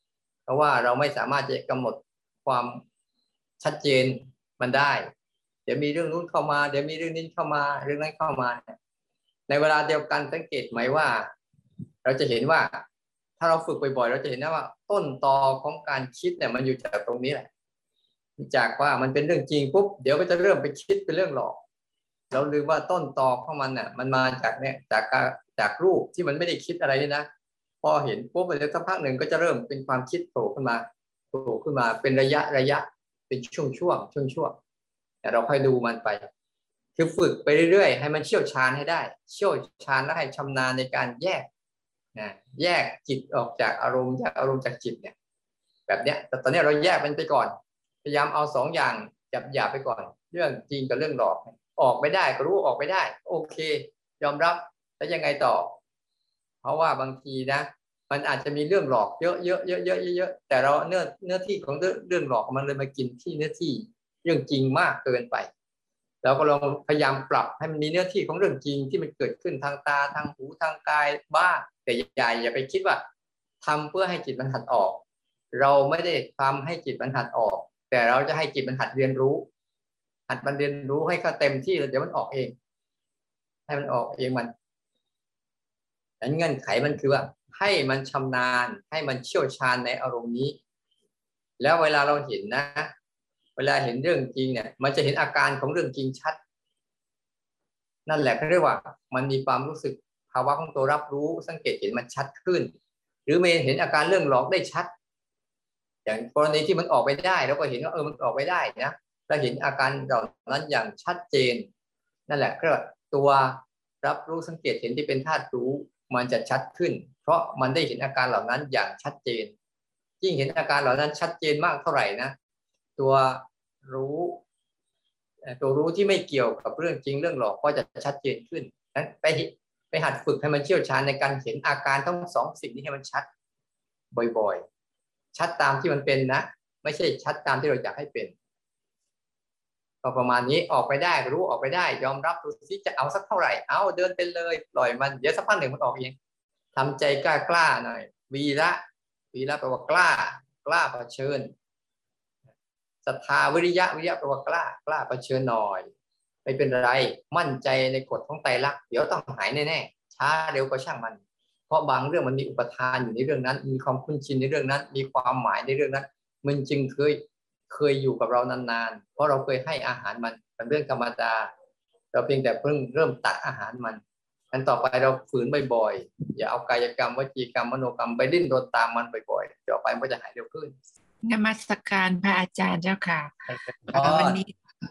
ราะว่าเราไม่สามารถจะกำหนดความชัดเจนมันได้เดี๋ยวมีเรื่องนู้นเข้ามาเดี๋ยวมีเรื่องนี้เข้ามาเรื่องนั้นเข้ามาในเวลาเดียวกันสังเกตไหมว่าเราจะเห็นว่าถ้าเราฝึกบ่อยๆเราจะเห็นนะว่าต้นตอของการคิดเนี่ยมันอยู่จากตรงนี้แหละจากว่ามันเป็นเรื่องจริงปุ๊บเดี๋ยวก็จะเริ่มไปคิดเป็นเรื่องหลอกเราลืมว่าต้นตอของมันน่ะมันมาจากเนี่ยจากรูปที่มันไม่ได้คิดอะไรนี่นะพอเห็นปุ๊บเดี๋ยวสักพักหนึ่งก็จะเริ่มเป็นความคิดโผล่ขึ้นมาเป็นระยะเป็นช่วงแต่เราค่อยดูมันไปคือฝึกไปเรื่อยๆให้มันเชี่ยวชาญให้ได้เชี่ยวชาญและให้ชำนาญในการแยกจิตออกจากอารมณ์จากจิตเนี่ยแบบเนี้ยแต่ตอนนี้เราแยกมันไปก่อนพยายามเอา2 อย่างหยาบไปก่อนเรื่องจริงกับเรื่องหลอกออกไม่ได้ก็รู้ออกไม่ได้โอเคยอมรับแล้วยังไงต่อเพราะว่าบางทีนะมันอาจจะมีเรื่องหลอกเยอะแต่เราเนื้อที่ของเรื่องหลอกมันเลยมากินที่เนื้อที่เรื่องจริงมากเกินไปเราก็ลองพยายามปรับให้มันมีเนื้อที่ของเรื่องจริงที่มันเกิดขึ้นทางตาทางหูทางกายบ้างแต่อย่าไปคิดว่าทำเพื่อให้จิตมันหัดออกเราไม่ได้ทำให้จิตมันหัดออกแต่เราจะให้จิตมันหัดเรียนรู้หัดมันเรียนรู้ให้เขาเต็มที่แล้วเดี๋ยวมันออกเองให้มันออกเองมันนั้นเงื่อนไขมันคือว่าให้มันชำนาญให้มันเชี่ยวชาญในอารมณ์นี้แล้วเวลาเราเห็นนะเวลาเห็นเรื่องจริงเนี่ยมันจะเห็นอาการของเรื่องจริงชัดนั่นแหละเขาเรียกว่ามันมีความรู้สึกภาวะของตัวรับรู้สังเกตเห็นมันชัดขึ้นหรือไม่เห็นอาการเรื่องหลอกได้ชัดอย่างกรณีที่มันออกไปได้แล้วก็เห็นว่ามันออกไปได้นะเราเห็นอาการเหล่านั้นอย่างชัดเจนนั่นแหละก็ตัวรับรู้สังเกตเห็นที่เป็นธาตุรู้มันจะชัดขึ้นเพราะมันได้เห็นอาการเหล่านั้นอย่างชัดเจนยิ่งเห็นอาการเหล่านั้นชัดเจนมากเท่าไหร่นะตัวรู้ที่ไม่เกี่ยวกับเรื่องจริงเรื่องหลอกก็จะชัดเจนขึ้นนั้นไปหัดฝึกให้มันเชี่ยวชาญในการเห็นอาการทั้ง2 สิ่งนี้ให้มันชัดบ่อยๆชัดตามที่มันเป็นนะไม่ใช่ชัดตามที่เราอยากให้เป็นก็ประมาณนี้ออกไปได้รู้ออกไปได้ยอมรับดูสิจะเอาสักเท่าไหร่เอาเดินไปเลยปล่อยมันเดี๋ยวสักพักหนึ่งมันออกเองทำใจกล้าหน่อยวีระแปลว่ากล้าเผชิญศรัทธาวิริยะแปลว่ากล้าเผชิญหน่อยไม่เป็นไรมั่นใจในกฎของไตรลักษณ์เดี๋ยวต้องหายแน่ๆช้าเร็วก็ช่างมันเพราะบางเรื่องมันมีอุปทานอยู่ในเรื่องนั้นมีความคุ้นชินในเรื่องนั้นมีความหมายในเรื่องนั้นมันจึงเคยอยู่กับเรานานๆเพราะเราเคยให้อาหารมันเป็นเรื่องธรรมดาเราเพียงแต่เพิ่งเริ่มตัดอาหารมันอันต่อไปเราฝืนบ่อยๆอย่าเอากายกรรมวจีกรรมมโนกรรมไปดิ้นรนตามมันบ่อยๆต่อไปมันจะหายเร็วขึ้นนมัสการพระอาจารย์เจ้าค่ะวันนี้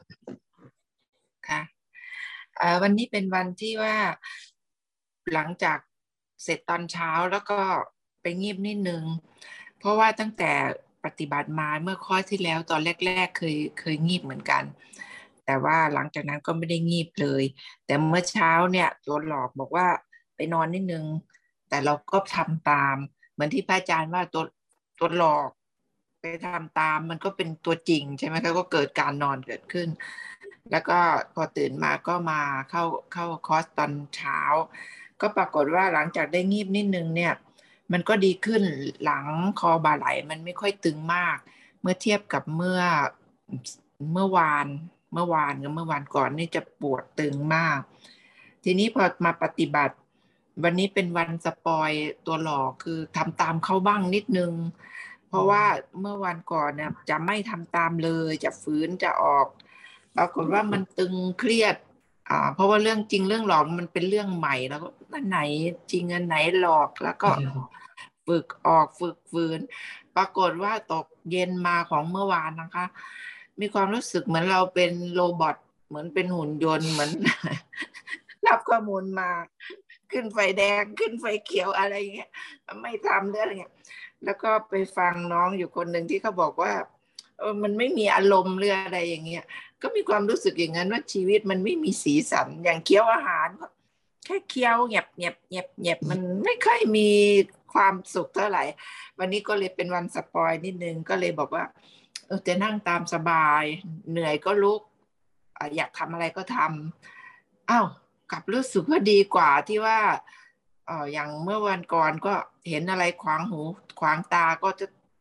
ค่ะวันนี้เป็นวันที่ว่าหลังจากเสร็จตอนเช้าแล้วก็ไปงีบนิดนึงเพราะว่าตั้งแต่ปฏิบัติมาเมื่อข้อที่แล้วตอนแรกๆเคยงีบเหมือนกันแต่ว่าหลังจากนั้นก็ไม่ได้งีบเลยแต่เมื่อเช้าเนี่ยตัวหลอกบอกว่าไปนอนนิดนึงแต่เราก็ทำตามเหมือนที่พระอาจารย์ว่าตัวหลอกไปทำตามมันก็เป็นตัวจริงใช่ไหมคะก็เกิดการนอนเกิดขึ้นแล้วก็พอตื่นมาก็มาเข้าคอร์สตอนเช้าก็ปรากฏว่าหลังจากได้งีบนิดนึงเนี่ยมันก็ดีขึ้นหลังคอบ่าไหล่มันไม่ค่อยตึงมากเมื่อเทียบกับเมื่อวานกับเมื่อวานก่อนนี่จะปวดตึงมากทีนี้พอมาปฏิบัติวันนี้เป็นวันสปอยตัวหลอกคือทำตามเขาบ้างนิดนึงเพราะว่าเมื่อวันก่อนเนี่ยจะไม่ทำตามเลยจะฝืนจะออกปรากฏว่ามันตึงเครียดเพราะว่าเรื่องจริงเรื่องหลอกมันเป็นเรื่องใหม่แล้วก็อันไหนจริงอันไหนหลอกแล้วก็ฝึกออกฝึกฝืนปรากฏว่าตกเย็นมาของเมื่อวานนะคะมีความรู้สึกเหมือนเราเป็นโรบอทเหมือนเป็นหุ่นยนต์เหมือน รับข้อมูลมาขึ้นไฟแดงขึ้นไฟเขียวอะไรเงี้ยไม่ทำได้อะไรเงี้ยแล้วก็ไปฟังน้องอยู่คนหนึ่งที่เขาบอกว่ามันไม่มีอารมณ์หรืออะไรอย่างเงี้ยก็มีความรู้สึกอย่างนั้นว่าชีวิตมันไม่มีสีสันอย่างเคี้ยวอาหารแค่เคี้ยวเงียบมันไม่ค่อยมีความสุขเท่าไหร่วันนี้ก็เลยเป็นวันสปอยนิดนึงก็เลยบอกว่าจะนั่งตามสบายเหนื่อยก็ลุกอยากทำอะไรก็ทำกลับรู้สึกว่าดีกว่าที่ว่าอย่างเมื่อวันก่อนก็เห็นอะไรขวางหูขวางตาก็จะ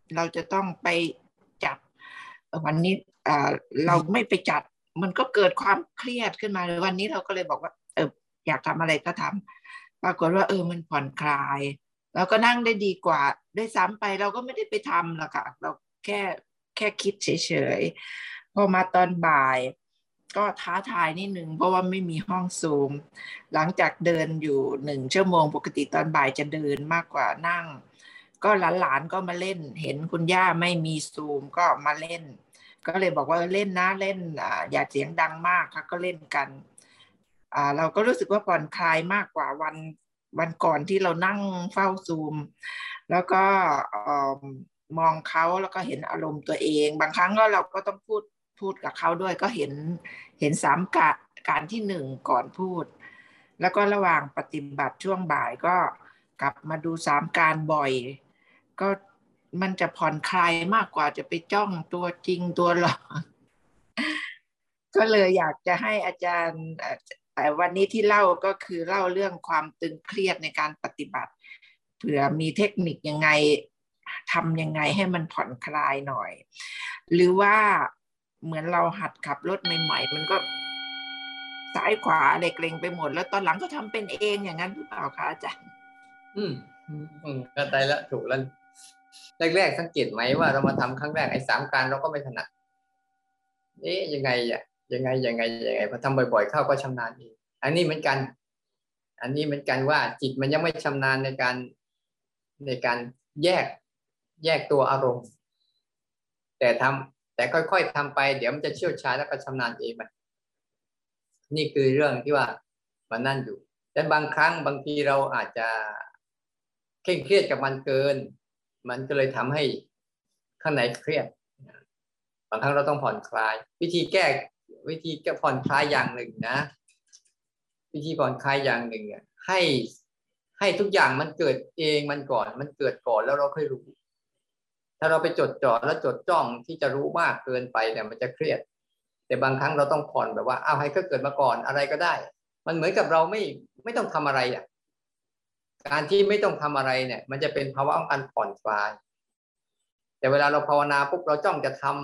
เราจะต้องไปจัดวันนี้เราไม่ไปจัดมันก็เกิดความเครียดขึ้นมาเลยวันนี้เราก็เลยบอกว่าอยากทำอะไรก็ทำปรากฏว่ามันผ่อนคลายเราก็นั่งได้ดีกว่าด้วยซ้ำไปเราก็ไม่ได้ไปทำหรอกค่ะเราแค่คิดเฉยๆพอมาตอนบ่ายก็ท้าทายนิดนึงเพราะว่าไม่มีห้องซูมหลังจากเดินอยู่1 ชั่วโมงปกติตอนบ่ายจะเดินมากกว่านั่งก็หลานๆก็มาเล่นเห็นคุณย่าไม่มีซูมก็มาเล่นก็เลยบอกว่าเล่นนะเล่นอย่าเสียงดังมากค่ะก็เล่นกันเราก็รู้สึกว่าผ่อนคลายมากกว่าวันก่อนที่เรานั่งเฝ้าซูมแล้วก็มองเขาแล้วก็เห็นอารมณ์ตัวเองบางครั้งก็เราก็ต้องพูดกับเขาด้วยก็เห็น3 การที่1ก่อนพูดแล้วก็ระหว่างปฏิบัติช่วงบ่ายก็กลับมาดู3 การบ่อยก็มันจะผ่อนคลายมากกว่าจะไปจ้องตัวจริงตัวหลอกก็เลยอยากจะให้อาจารย์วันนี้ที่เล่าก็คือเล่าเรื่องความตึงเครียดในการปฏิบัติเผื่อมีเทคนิคยังไงทำยังไงให้มันผ่อนคลายหน่อยหรือว่าเหมือนเราหัดขับรถใหม่ๆมันก็ซ้ายขวาเด็กเล็งไปหมดแล้วตอนหลังก็ทำเป็นเองอย่างนั้นหรือเปล่าคะอาจารย์ก็ได้แล้วถูกแล้วแรกๆสังเกตไหมว่าเรามาทำครั้งแรกไอ้3 การเราก็ไม่ถนัดยังไงพอทำบ่อยๆเข้าก็ชำนาญเองอันนี้เหมือนกันว่าจิตมันยังไม่ชำนาญในการแยกตัวอารมณ์แต่ค่อยๆทำไปเดี๋ยวมันจะเชี่ยวชาญแล้วก็ชำนาญเองมันนี่คือเรื่องที่ว่ามันนั่นอยู่แต่บางครั้งบางทีเราอาจจะเคร่งเครียดกับมันเกินมันก็เลยทำให้ข้างในเครียดบางครั้งเราต้องผ่อนคลายวิธีแก้ผ่อนคลายอย่างหนึ่งนะวิธีผ่อนคลายอย่างหนึ่งให้ทุกอย่างมันเกิดเองมันเกิดก่อนแล้วเราค่อยรู้ถ้าเราไปจดจ่อแล้วจดจ้องที่จะรู้มากเกินไปเนี่ยมันจะเครียดแต่บางครั้งเราต้องผ่อนแบบว่าให้ก็เกิดมาก่อนอะไรก็ได้มันเหมือนกับเราไม่ต้องทำอะไรการที่ไม่ต้องทำอะไรเนี่ยมันจะเป็นภาวะของการผ่อนคลายแต่เวลาเราภาวนาปุ๊บเราจ้องจะทำ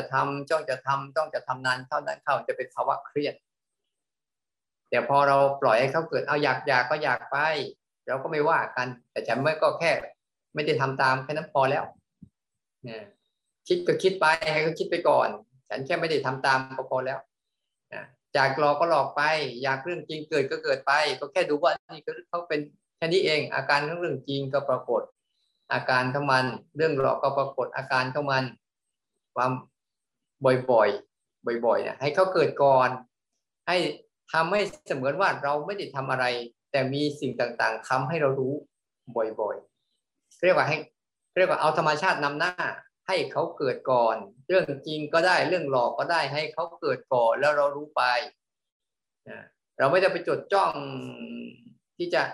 นานเข้าจะเป็นภาวะเครียดแต่พอเราปล่อยให้เขาเกิดอยากก็อยากไปเราก็ไม่ว่ากันแต่ฉันก็แค่ไม่ได้ทำตามแค่นั้นพอแล้วคิดก็คิดไปให้เขาคิดไปก่อนฉันแค่ไม่ได้ทำตามก็พอแล้วจากหลอกก็หลอกไปอยากเรื่องจริงเกิดก็เกิดไปก็แค่ดูว่านี่เขาเป็นแค่นี้เองอาการเรื่องจริงก็ปรากฏอาการของมันเรื่องหลอกก็ปรากฏอาการของมันความบ่อยๆให้เขาเกิดก่อนให้ทำให้เสมือนว่าเราไม่ได้ทำอะไรแต่มีสิ่งต่างๆทำให้เรารู้บ่อยๆเรียกว่าเอาธรรมชาตินำหน้าให้เขาเกิดก่อนเรื่องจริงก็ได้เรื่องหลอกก็ได้ให้เขาเกิดก่อนแล้วเรารู้ไปเราไม่ได้ไปจดจ้องที่จะ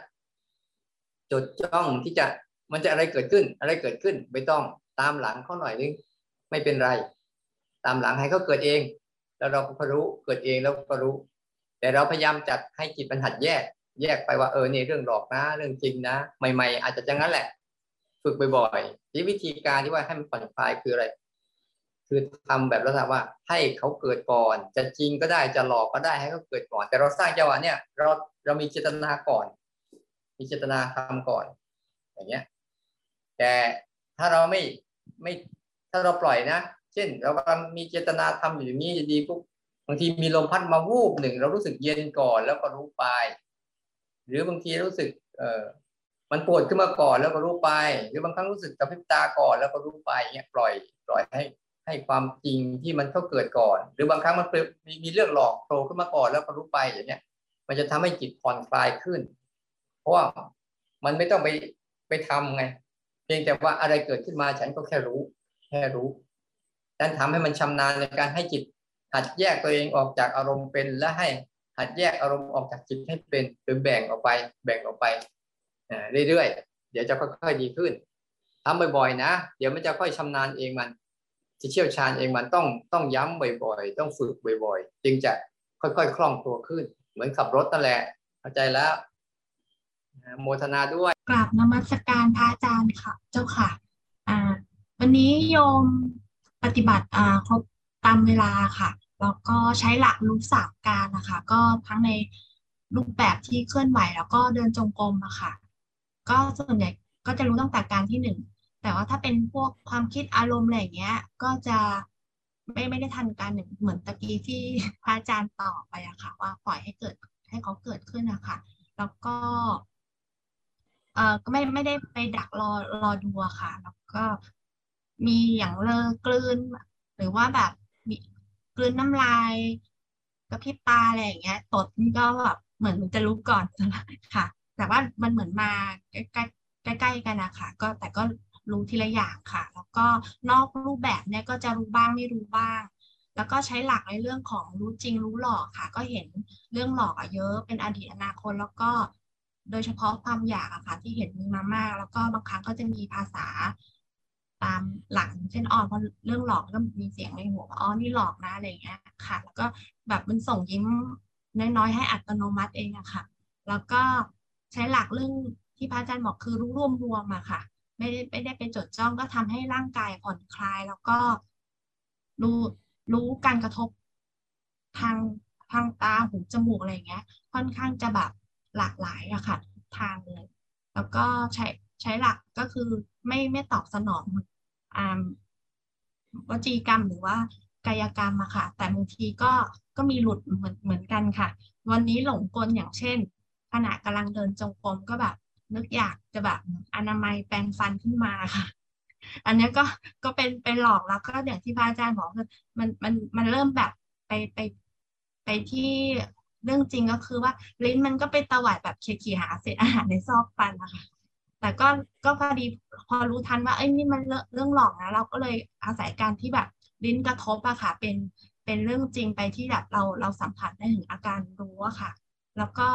มันจะอะไรเกิดขึ้นไม่ต้องตามหลังเขาหน่อยนึงไม่เป็นไรตามหลังให้เขาเกิดเองแล้วเราก็รู้เกิดเองแล้วก็รู้แต่เราพยายามจัดให้จิตมันหัดแยกไปว่านี่เรื่องหลอกนะเรื่องจริงนะใหม่ๆอาจจะอย่างนั้นแหละฝึกบ่อยๆที่วิธีการที่ว่าให้มันผ่อนคลายคืออะไรคือทำแบบลักษณะว่าให้เขาเกิดก่อนจะจริงก็ได้จะหลอกก็ได้ให้เขาเกิดก่อนแต่เราสร้างจังหวะเนี่ยเรามีเจตนาก่อนมีเจตนาทำก่อนอย่างเงี้ยแต่ถ้าเราไม่ถ้าเราปล่อยนะเช่นเรากำลังมีเจตนาทำอยู่อย่างนี้จะดีปุ๊บบางทีมีลมพัดมาวูบหนึ่งเรารู้สึกเย็นก่อนแล้วก็รู้ไปหรือบางทีรู้สึกมันปวดขึ้นมาก่อนแล้วก็รู้ไปหรือบางครั้งรู้สึกกระพริบตาก่อนแล้วก็รู้ไปเงี้ยปล่อยให้ความจริงที่มันเกิดก่อนหรือบางครั้งมันมีเรื่องหลอกโผล่ขึ้นมาก่อนแล้วก็รู้ไปอย่างเงี้ยมันจะทำให้จิตผ่อนคลายขึ้นเพราะว่ามันไม่ต้องไปทำไงเพียงแต่ว่าอะไรเกิดขึ้นมาฉันก็แค่รู้ดันทำให้มันชำนาญในการให้จิตหัดแยกตัวเองออกจากอารมณ์เป็นและให้หัดแยกอารมณ์ออกจากจิตให้เป็นหรือแบ่งออกไปเรื่อยๆเดี๋ยวจะค่อยๆดีขึ้นทำบ่อยๆนะเดี๋ยวมันจะค่อยชำนาญเองมันจะเชี่ยวชาญเองมันต้องย้ำบ่อยๆต้องฝึกบ่อยๆจึงจะค่อยๆคล่องตัวขึ้นเหมือนขับรถนั่นแหละเข้าใจแล้วโมทนาด้วยกราบนมัสการพระอาจารย์ค่ะเจ้าค่ะวันนี้โยมปฏิบัติครบตามเวลาค่ะแล้วก็ใช้หลักรู้สามการนะคะก็ทั้งในรูปแบบที่เคลื่อนไหวแล้วก็เดินจงกรมอะค่ะก็ส่วนใหญ่ก็จะรู้ตั้งแต่การที่หนึ่งแต่ว่าถ้าเป็นพวกความคิดอารมณ์อะไรอย่างเงี้ยก็จะไม่ได้ทันการหนึ่งเหมือนตะกี้ที่พระอาจารย์ตอบไปอะค่ะว่าปล่อยให้เกิดให้เขาเกิดขึ้นนะคะแล้วก็ก็ไม่ได้ไปดักรอดูอะค่ะแล้วก็มีอย่างเลอกลืนหรือว่าแบบมีกลืนน้ำลายกระพริบตาอะไรอย่างเงี้ยตดนี่ก็แบบเหมือนมันจะรู้ก่อนค่ะแต่ว่ามันเหมือนมาใกล้ใกล้ใกล้ๆกันนะคะก็แต่ก็รู้ทีละอย่างค่ะแล้วก็นอกรูปแบบเนี่ยก็จะรู้บ้างไม่รู้บ้าง แล้วก็ใช้หลักในเรื่องของรู้จริงรู้หลอกค่ะก็เห็นเรื่องหลอกอะเยอะเป็นอดีตอนาคตแล้วก็โดยเฉพาะความอยากอะค่ะที่เห็นมีมามากแล้วก็บางครั้งก็จะมีภาษาตามหลังเช่นอ๋อพอเรื่องหลอกก็มีเสียงในหัวว่าอ๋อนี่หลอกนะอะไรอย่างเงี้ยค่ะแล้วก็แบบมันส่งยิ้มน้อยๆให้อัตโนมัติเองอะค่ะแล้วก็ใช้หลักเรื่องที่พระอาจารย์บอกคือรู้รวมๆอะค่ะ ไม่ได้ไปจดจ้องก็ทำให้ร่างกายผ่อนคลายแล้วก็รู้รู้การกระทบทางทางตาหูจมูกอะไรอย่างเงี้ยค่อนข้างจะแบบหลากหลายอะค่ะทุกทางเลยแล้วก็ใช้หลักก็คือไม่ตอบสนองอ่าวจีกรรมหรือว่ากายกรรมอะค่ะแต่บางทีก็มีหลุดเหมือนกันค่ะวันนี้หลงกลอย่างเช่นขณะกำลังเดินจงกรมก็แบบ นึกอยากจะแบบอนามัยแปรงฟันขึ้นมาค่ะ อันนี้ก็เป็นหลอกแล้วก็อย่างที่พระอาจารย์บอกคือมันเริ่มแบบไปที่เรื่องจริงก็คือว่าลิ้นมันก็ไปตวัดแบบเขี่ยหาเศษอาหารในซอกฟันนะคะแต่ก็พอดีพอรู้ทันว่าเอ้ยนี่มันเรื่องหลอกนะเราก็เลยอาศัยการที่แบบลิ้นกระทบอะค่ะเป็นเรื่องจริงไปที่แบบเราสัมผัสได้ถึงอาการรู้อะค่ะแล้วก็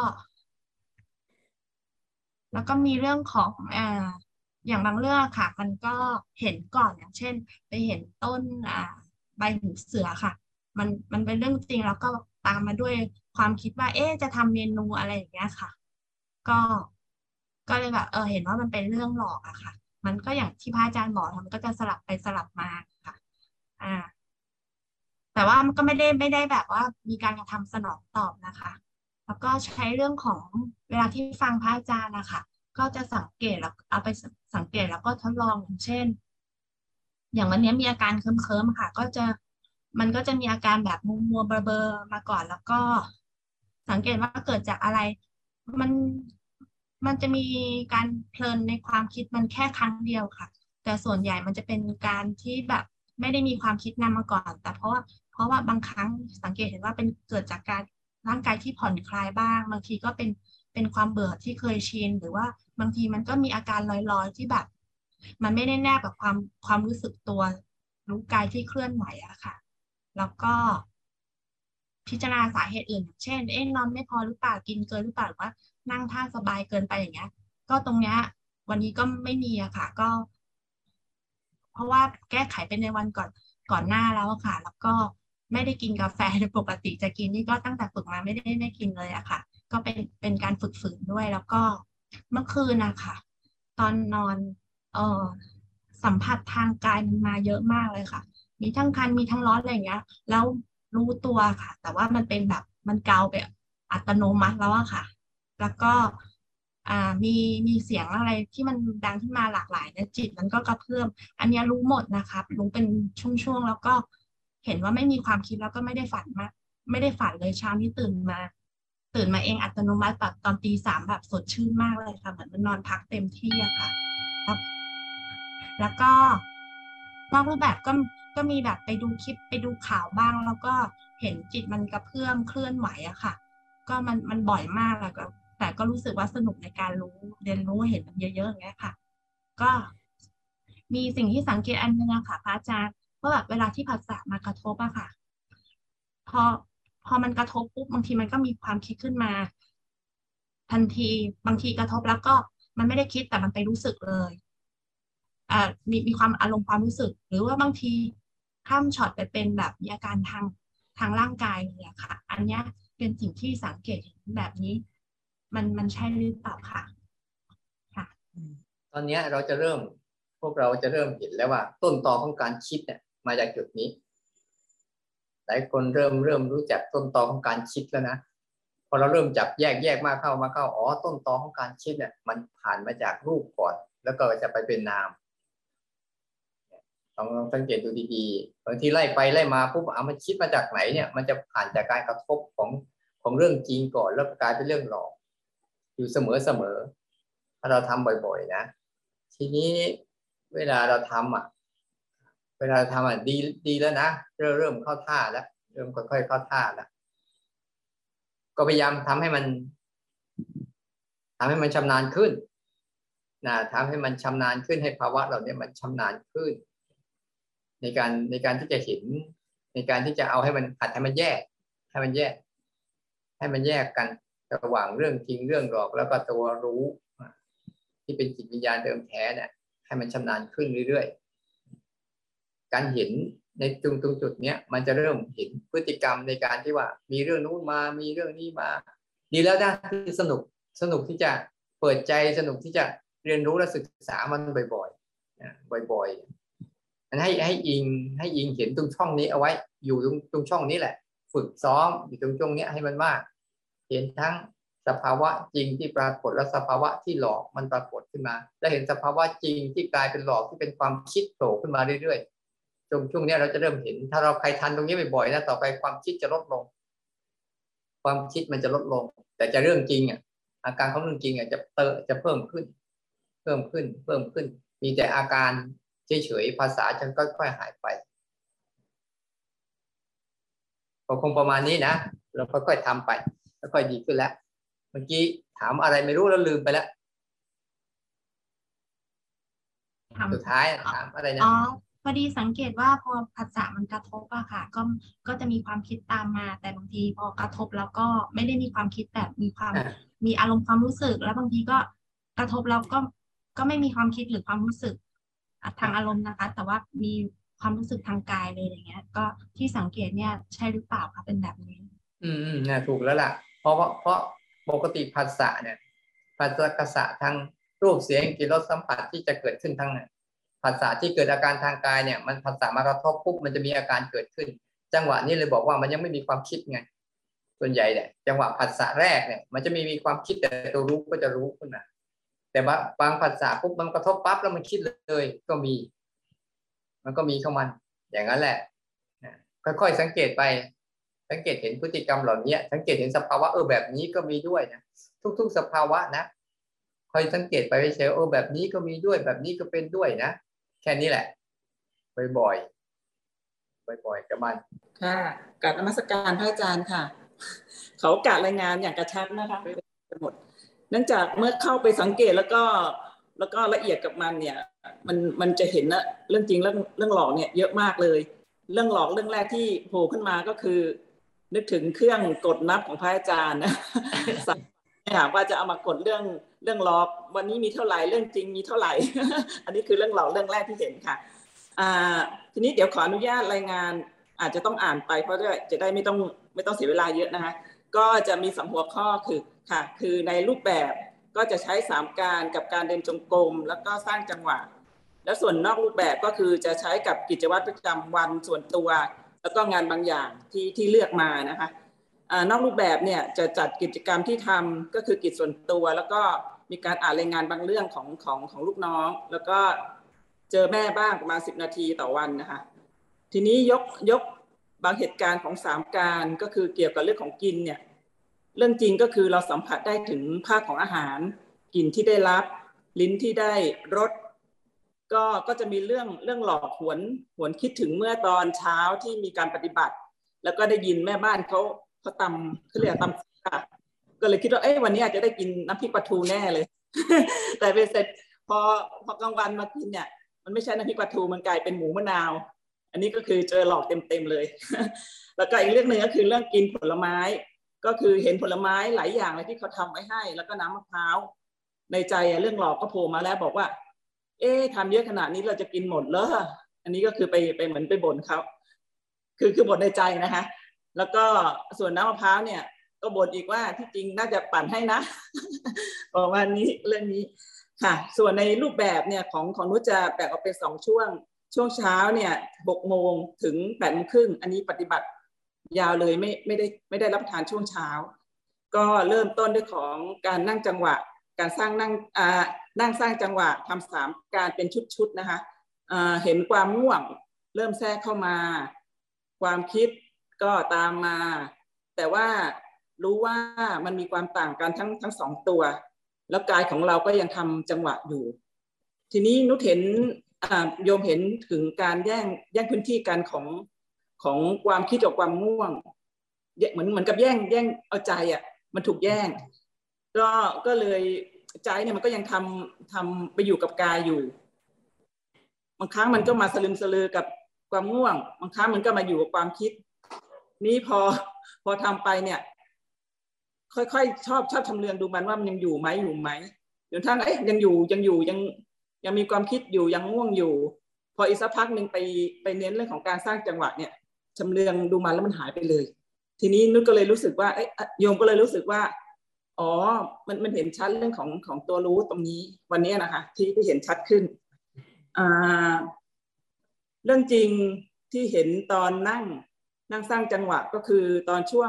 แล้วก็มีเรื่องของอย่างบางเรื่องค่ะมันก็เห็นก่อนอย่างเช่นไปเห็นต้นใบหูเสือค่ะมันเป็นเรื่องจริงแล้วก็ตามมาด้วยความคิดว่าเอ๊ะจะทำเมนูอะไรอย่างเงี้ยค่ะก็ก็เลยแบบเห็นว่ามันเป็นเรื่องหลอกอะค่ะมันก็อย่างที่พระอาจารย์บอกมันก็จะสลับไปสลับมาค่ะอ่า แต่ว่ามันก็ไม่ได้แบบว่ามีการกระทำสนองตอบนะคะ แล้วก็ใช้เรื่องของเวลาที่ฟังพระอาจารย์นะคะก็จะสังเกตแล้วเอาไปสังเกตแล้วก็ทดลองอย่างเช่นอย่างวันนี้มีอาการเคิมๆค่ะมันก็จะมีอาการแบบมัวๆเบลอๆมาก่อนแล้วก็สังเกตว่าเกิดจากอะไรมันมันจะมีการเพลินในความคิดมันแค่ครั้งเดียวค่ะ แต่ส่วนใหญ่มันจะเป็นการที่แบบไม่ได้มีความคิดนำมาก่อนแต่เพราะว่าบางครั้งสังเกตเห็นว่าเป็นเกิดจากการร่างกายที่ผ่อนคลายบ้างบางทีก็เป็นความเบื่อที่เคยชินหรือว่าบางทีมันก็มีอาการลอยๆที่แบบมันไม่ได้แนบกับความรู้สึกตัวรู้กายที่เคลื่อนไหวอะค่ะแล้วก็พิจารณาสาเหตุอื่นอย่างเช่นเอ๊ะนอนไม่พอหรือเปล่ากินเกินหรือเปล่าหรือว่านั่งท่าสบายเกินไปอย่างเงี้ยก็ตรงเนี้ยวันนี้ก็ไม่มีอะค่ะก็ เพราะว่าแก้ไขไปในวันก่อนหน้าแล้วอะค่ะแล้วก็ไม่ได้กินกาแฟปกติจะกินนี่ก็ตั้งแต่ฝึกมาไม่กินเลยอะค่ะก็เป็นการฝึกฝืนด้วยแล้วก็เมื่อคืนนะคะตอนนอนเอ่อสัมผัสทางกายมันมาเยอะมากเลยค่ะมีทั้งคันมีทั้งร้อนอะไรอย่างเงี้ยแล้วรู้ตัวค่ะแต่ว่ามันเป็นแบบมันเกาไปอัตโนมัติแล้วอะค่ะแล้วก็ อ่ามีมีเสียงอะไรที่มันดังขึ้นมาหลากหลายนะจิตมันก็กระเพื่อมอันนี้รู้หมดนะครับรู้เป็นช่วงๆแล้วก็เห็นว่าไม่มีความคิดแล้วก็ไม่ได้ฝันมาไม่ได้ฝันเลยเช้านี้ตื่นมาเองอัตโนมัติแบบตอนตี 3แบบสดชื่นมากเลยค่ะเหมือนมันนอนพักเต็มที่อะค่ะแล้วก็นอกรูปแบบก็มีแบบไปดูคลิปไปดูข่าวบ้างแล้วก็เห็นจิตมันกระเพื่อมเคลื่อนไหวอะค่ะก็มันบ่อยมากแล้วก็แต่ก็รู้สึกว่าสนุกในการเรียนรู้เห็นมันเยอะๆอย่างเงี้ยค่ะก็มีสิ่งที่สังเกตอันนึงอะค่ะพระอาจารย์ว่าแบบเวลาที่ผัสสะมากระทบอะค่ะพอพอมันกระทบปุ๊บบางทีมันก็มีความคิดขึ้นมาทันทีบางทีกระทบแล้วก็มันไม่ได้คิดแต่มันไปรู้สึกเลย มีความอารมณ์ความรู้สึกหรือว่าบางทีข้ามช็อตไปเป็นแบบมีอาการทางร่างกายเลยอะค่ะอันนี้เป็นสิ่งที่สังเกตเห็นแบบนี้มันใช่หรือเปล่าค่ะตอนนี้เราจะเริ่มพวกเราจะเริ่มเห็นแล้วว่าต้นตอของการคิดเนี่ยมาจากจุดนี้หลายคนเริ่มรู้จักต้นตอของการคิดแล้วนะพอเราเริ่มจับแยกมากเข้าอ๋อต้นตอของการคิดเนี่ยมันผ่านมาจากรูปก่อนแล้วก็จะไปเป็นนามลองสังเกตดูดีๆบางทีไล่ไปไล่มาปุ๊บมันคิดมาจากไหนเนี่ยมันจะผ่านจากการกระทบของเรื่องจริงก่อนแล้วกลายเป็นเรื่องหลอกอยู่เสมอถ้าเราทำบ่อยๆนะทีนี้เวลาเราทำดีแล้วนะเริ่มเข้าท่าแล้วเริ่มค่อยๆเข้าท่าแล้วก็พยายามทำให้มันชำนาญขึ้นนะทำให้มันชำนาญขึ้นให้ภาวะเหล่านี้มันชำนาญขึ้นในการที่จะเห็นในการที่จะเอาให้มันหัดให้มันแยกกันระหว่างเรื่องจริงเรื่องหลอกแล้วก็ตัวรู้ที่เป็นจิตวิญญาณเดิมแท้เนี่ยให้มันชำนาญขึ้นเรื่อยๆการเห็นในตรงจุดเนี้ยมันจะเริ่มเห็นพฤติกรรมในการที่ว่ามีเรื่องนู้นมามีเรื่องนี้มาดีแล้วนะคือสนุกที่จะเปิดใจสนุกที่จะเรียนรู้และศึกษามันบ่อยๆให้อิงเห็นตรงช่องนี้เอาไว้อยู่ตรงช่องนี้แหละฝึกซ้อมอยู่ตรงช่องนี้ให้มันมากเห็นทั้งสภาวะจริงที่ปรากฏและสภาวะที่หลอกมันปรากฏขึ้นมาและเห็นสภาวะจริงที่กลายเป็นหลอกที่เป็นความคิดโผล่ขึ้นมาเรื่อยๆช่วงนี้เราจะเริ่มเห็นถ้าเราใครทันตรงนี้บ่อยๆนะต่อไปความคิดจะลดลงความคิดมันจะลดลงแต่จะเรื่องจริงอาการของเรื่องจริงจะเพิ่มขึ้นมีแต่อาการเฉยๆภาษาจะค่อยๆหายไปก็คงประมาณนี้นะเราค่อยๆทำไปค่อยๆดีขึ้นแล้วเมื่อกี้ถามอะไรไม่รู้แล้วลืมไปแล้วสุดท้ายถามอะไรนะพอดีสังเกตว่าพอภาษามันกระทบอะค่ะก็จะมีความคิดตามมาแต่บางทีพอกระทบแล้วก็ไม่ได้มีความคิดแต่มีอารมณ์ความรู้สึกแล้วบางทีก็กระทบแล้วก็ไม่มีความคิดหรือความรู้สึกทางอารมณ์นะคะแต่ว่ามีความรู้สึกทางกายเลยอย่างเงี้ยก็ที่สังเกตเนี่ยใช่หรือเปล่าคะเป็นแบบนี้น่ะถูกแล้วล่ะเพราะปกติภาษาเนี่ยภาษาทางรูปเสียงกลิ่นรสสัมผัสที่จะเกิดขึ้นทั้งภาษาที่เกิดอาการทางกายเนี่ยมันภาษามากระทบปุ๊บมันจะมีอาการเกิดขึ้นจังหวะนี้เลยบอกว่ามันยังไม่มีความคิดไงส่วนใหญ่เนี่ยจังหวะภาษาแรกเนี่ยมันจะมีความคิดแต่ตัวรู้ก็จะรู้ขึ้นมาแต่ว่าบางภาษาปุ๊บมันกระทบปั๊บแล้วมันคิดเลยก็มีมันก็มีเข้ามันอย่างนั้นแหละค่อยๆสังเกตไปสังเกตเห็นพฤติกรรมเหล่านี้สังเกตเห็นสภาวะแบบนี้ก็มีด้วยนะทุกๆสภาวะนะคอยสังเกตไปเฉยแบบนี้ก็มีด้วยแบบนี้ก็เป็นด้วยนะแค่นี้แหละบ่อยกับมันค่ะกราบนมัสการพระอาจารย์ค่ะเขากะรายงานอย่างกระชับนะคะหมดเนื่องจากเมื่อเข้าไปสังเกตแล้วก็ละเอียดกับมันเนี่ยมันจะเห็นนะเรื่องจริงเรื่องหลอกเนี่ยเยอะมากเลยเรื่องหลอกเรื่องแรกที่โผล่ขึ้นมาก็คือนึกถึงเครื่องกดนับของพระอาจารย์นะว่าจะเอามากดเรื่องหลอกวันนี้มีเท่าไหร่เรื่องจริงมีเท่าไหร่ อันนี้คือเรื่องหลอกเรื่องแรกที่เห็นค่ะทีนี้เดี๋ยวขออนุญาตรายงานอาจจะต้องอ่านไปเพราะจะได้ไม่ต้องเสียเวลาเยอะนะคะก็จะมี3หัวข้อคือในรูปแบบก็จะใช้3การกับการเดินจงกรมแล้วก็สร้างจังหวะแล้วส่วนนอกรูปแบบก็คือจะใช้กับกิจวัตรประจำวันส่วนตัวแล้วก็งานบางอย่างที่เลือกมานะคะนอกรูปแบบเนี่ยจะจัดกิจกรรมที่ทำก็คือกิจส่วนตัวแล้วก็มีการอ่านรายงานบางเรื่องของลูกน้องแล้วก็เจอแม่บ้างประมาณ10 นาทีต่อวันนะคะทีนี้ยกบางเหตุการณ์ของ3การก็คือเกี่ยวกับเรื่องของกินเนี่ยเรื่องจริงก็คือเราสัมผัสได้ถึงภาคของอาหารกลิ่นที่ได้รับลิ้นที่ได้รสก็จะมีเรื่องหลอกหวนคิดถึงเมื่อตอนเช้าที่มีการปฏิบัติแล้วก็ได้ยินแม่บ้านเขาตำเขาเรียกตำค่ะก็เลยคิดว่าวันนี้อาจจะได้กินน้ำพริกปลาทูแน่เลย แต่ไปเสร็จพอกลางวันมากินเนี่ยมันไม่ใช่น้ำพริกปลาทูมันกลายเป็นหมูมะนาวอันนี้ก็คือเจอหลอกเต็มเลย แล้วก็อีกเรื่องนึงก็คือเรื่องกินผลไม้ก็คือเห็นผลไม้หลายอย่างเลยที่เขาทำไว้ให้แล้วก็น้ำมะพร้าวในใจเรื่องหลอกก็โผล่มาแล้วบอกว่าทำเยอะขนาดนี้เราจะกินหมดเหรออันนี้ก็คือไปเหมือนไปบ่นเขาคือบ่นในใจนะคะแล้วก็ส่วนน้ำมะพร้าวเนี่ยก็บ่นอีกว่าที่จริงน่าจะปั่นให้นะประมาณนี้เรื่องนี้ค่ะส่วนในรูปแบบเนี่ยของนุชจะแบ่งออกเป็น2ช่วงเช้าเนี่ย6 โมงถึง8 โมงครึ่งอันนี้ปฏิบัติยาวเลยไม่ได้รับประทานช่วงเช้าก็เริ่มต้นด้วยของการนั่งจังหวะการสร้างนั่งสร้างจังหวะทำ3การเป็นชุดๆนะคะเห็นความง่วงเริ่มแทรกเข้ามาความคิดก็ตามมาแต่ว่ารู้ว่ามันมีความต่างกันทั้ง2ตัวแล้วกายของเราก็ยังทำจังหวะอยู่ทีนี้นุชเห็นโยมเห็นถึงการแย่งพื้นที่กันของความคิดกับความง่วงเหมือนกับแย่งเอาใจอ่ะมันถูกแย่งก็เลยใจเนี่ยมันก็ยังทำไปอยู่กับกายอยู่บางครั้งมันก็มาสลึมสลือกับความง่วงบางครั้งมันก็มาอยู่กับความคิดนี้พอทำไปเนี่ยค่อยๆชอบทำเรื่องดูมันว่ามันยังอยู่ไหมจนทั้งยังอยู่ยังมีความคิดอยู่ยังง่วงอยู่พออีกสักพักหนึ่งไปเน้นเรื่องของการสร้างจังหวะเนี่ยชำเลืองดูมันแล้วมันหายไปเลยทีนี้นุชก็เลยรู้สึกว่าโยมก็เลยรู้สึกว่าอ๋อมันเห็นชัดเรื่องของตัวรู้ตรงนี้วันนี้นะคะที่เห็นชัดขึ้นเรื่องจริงที่เห็นตอนนั่งสร้างจังหวะก็คือตอนช่วง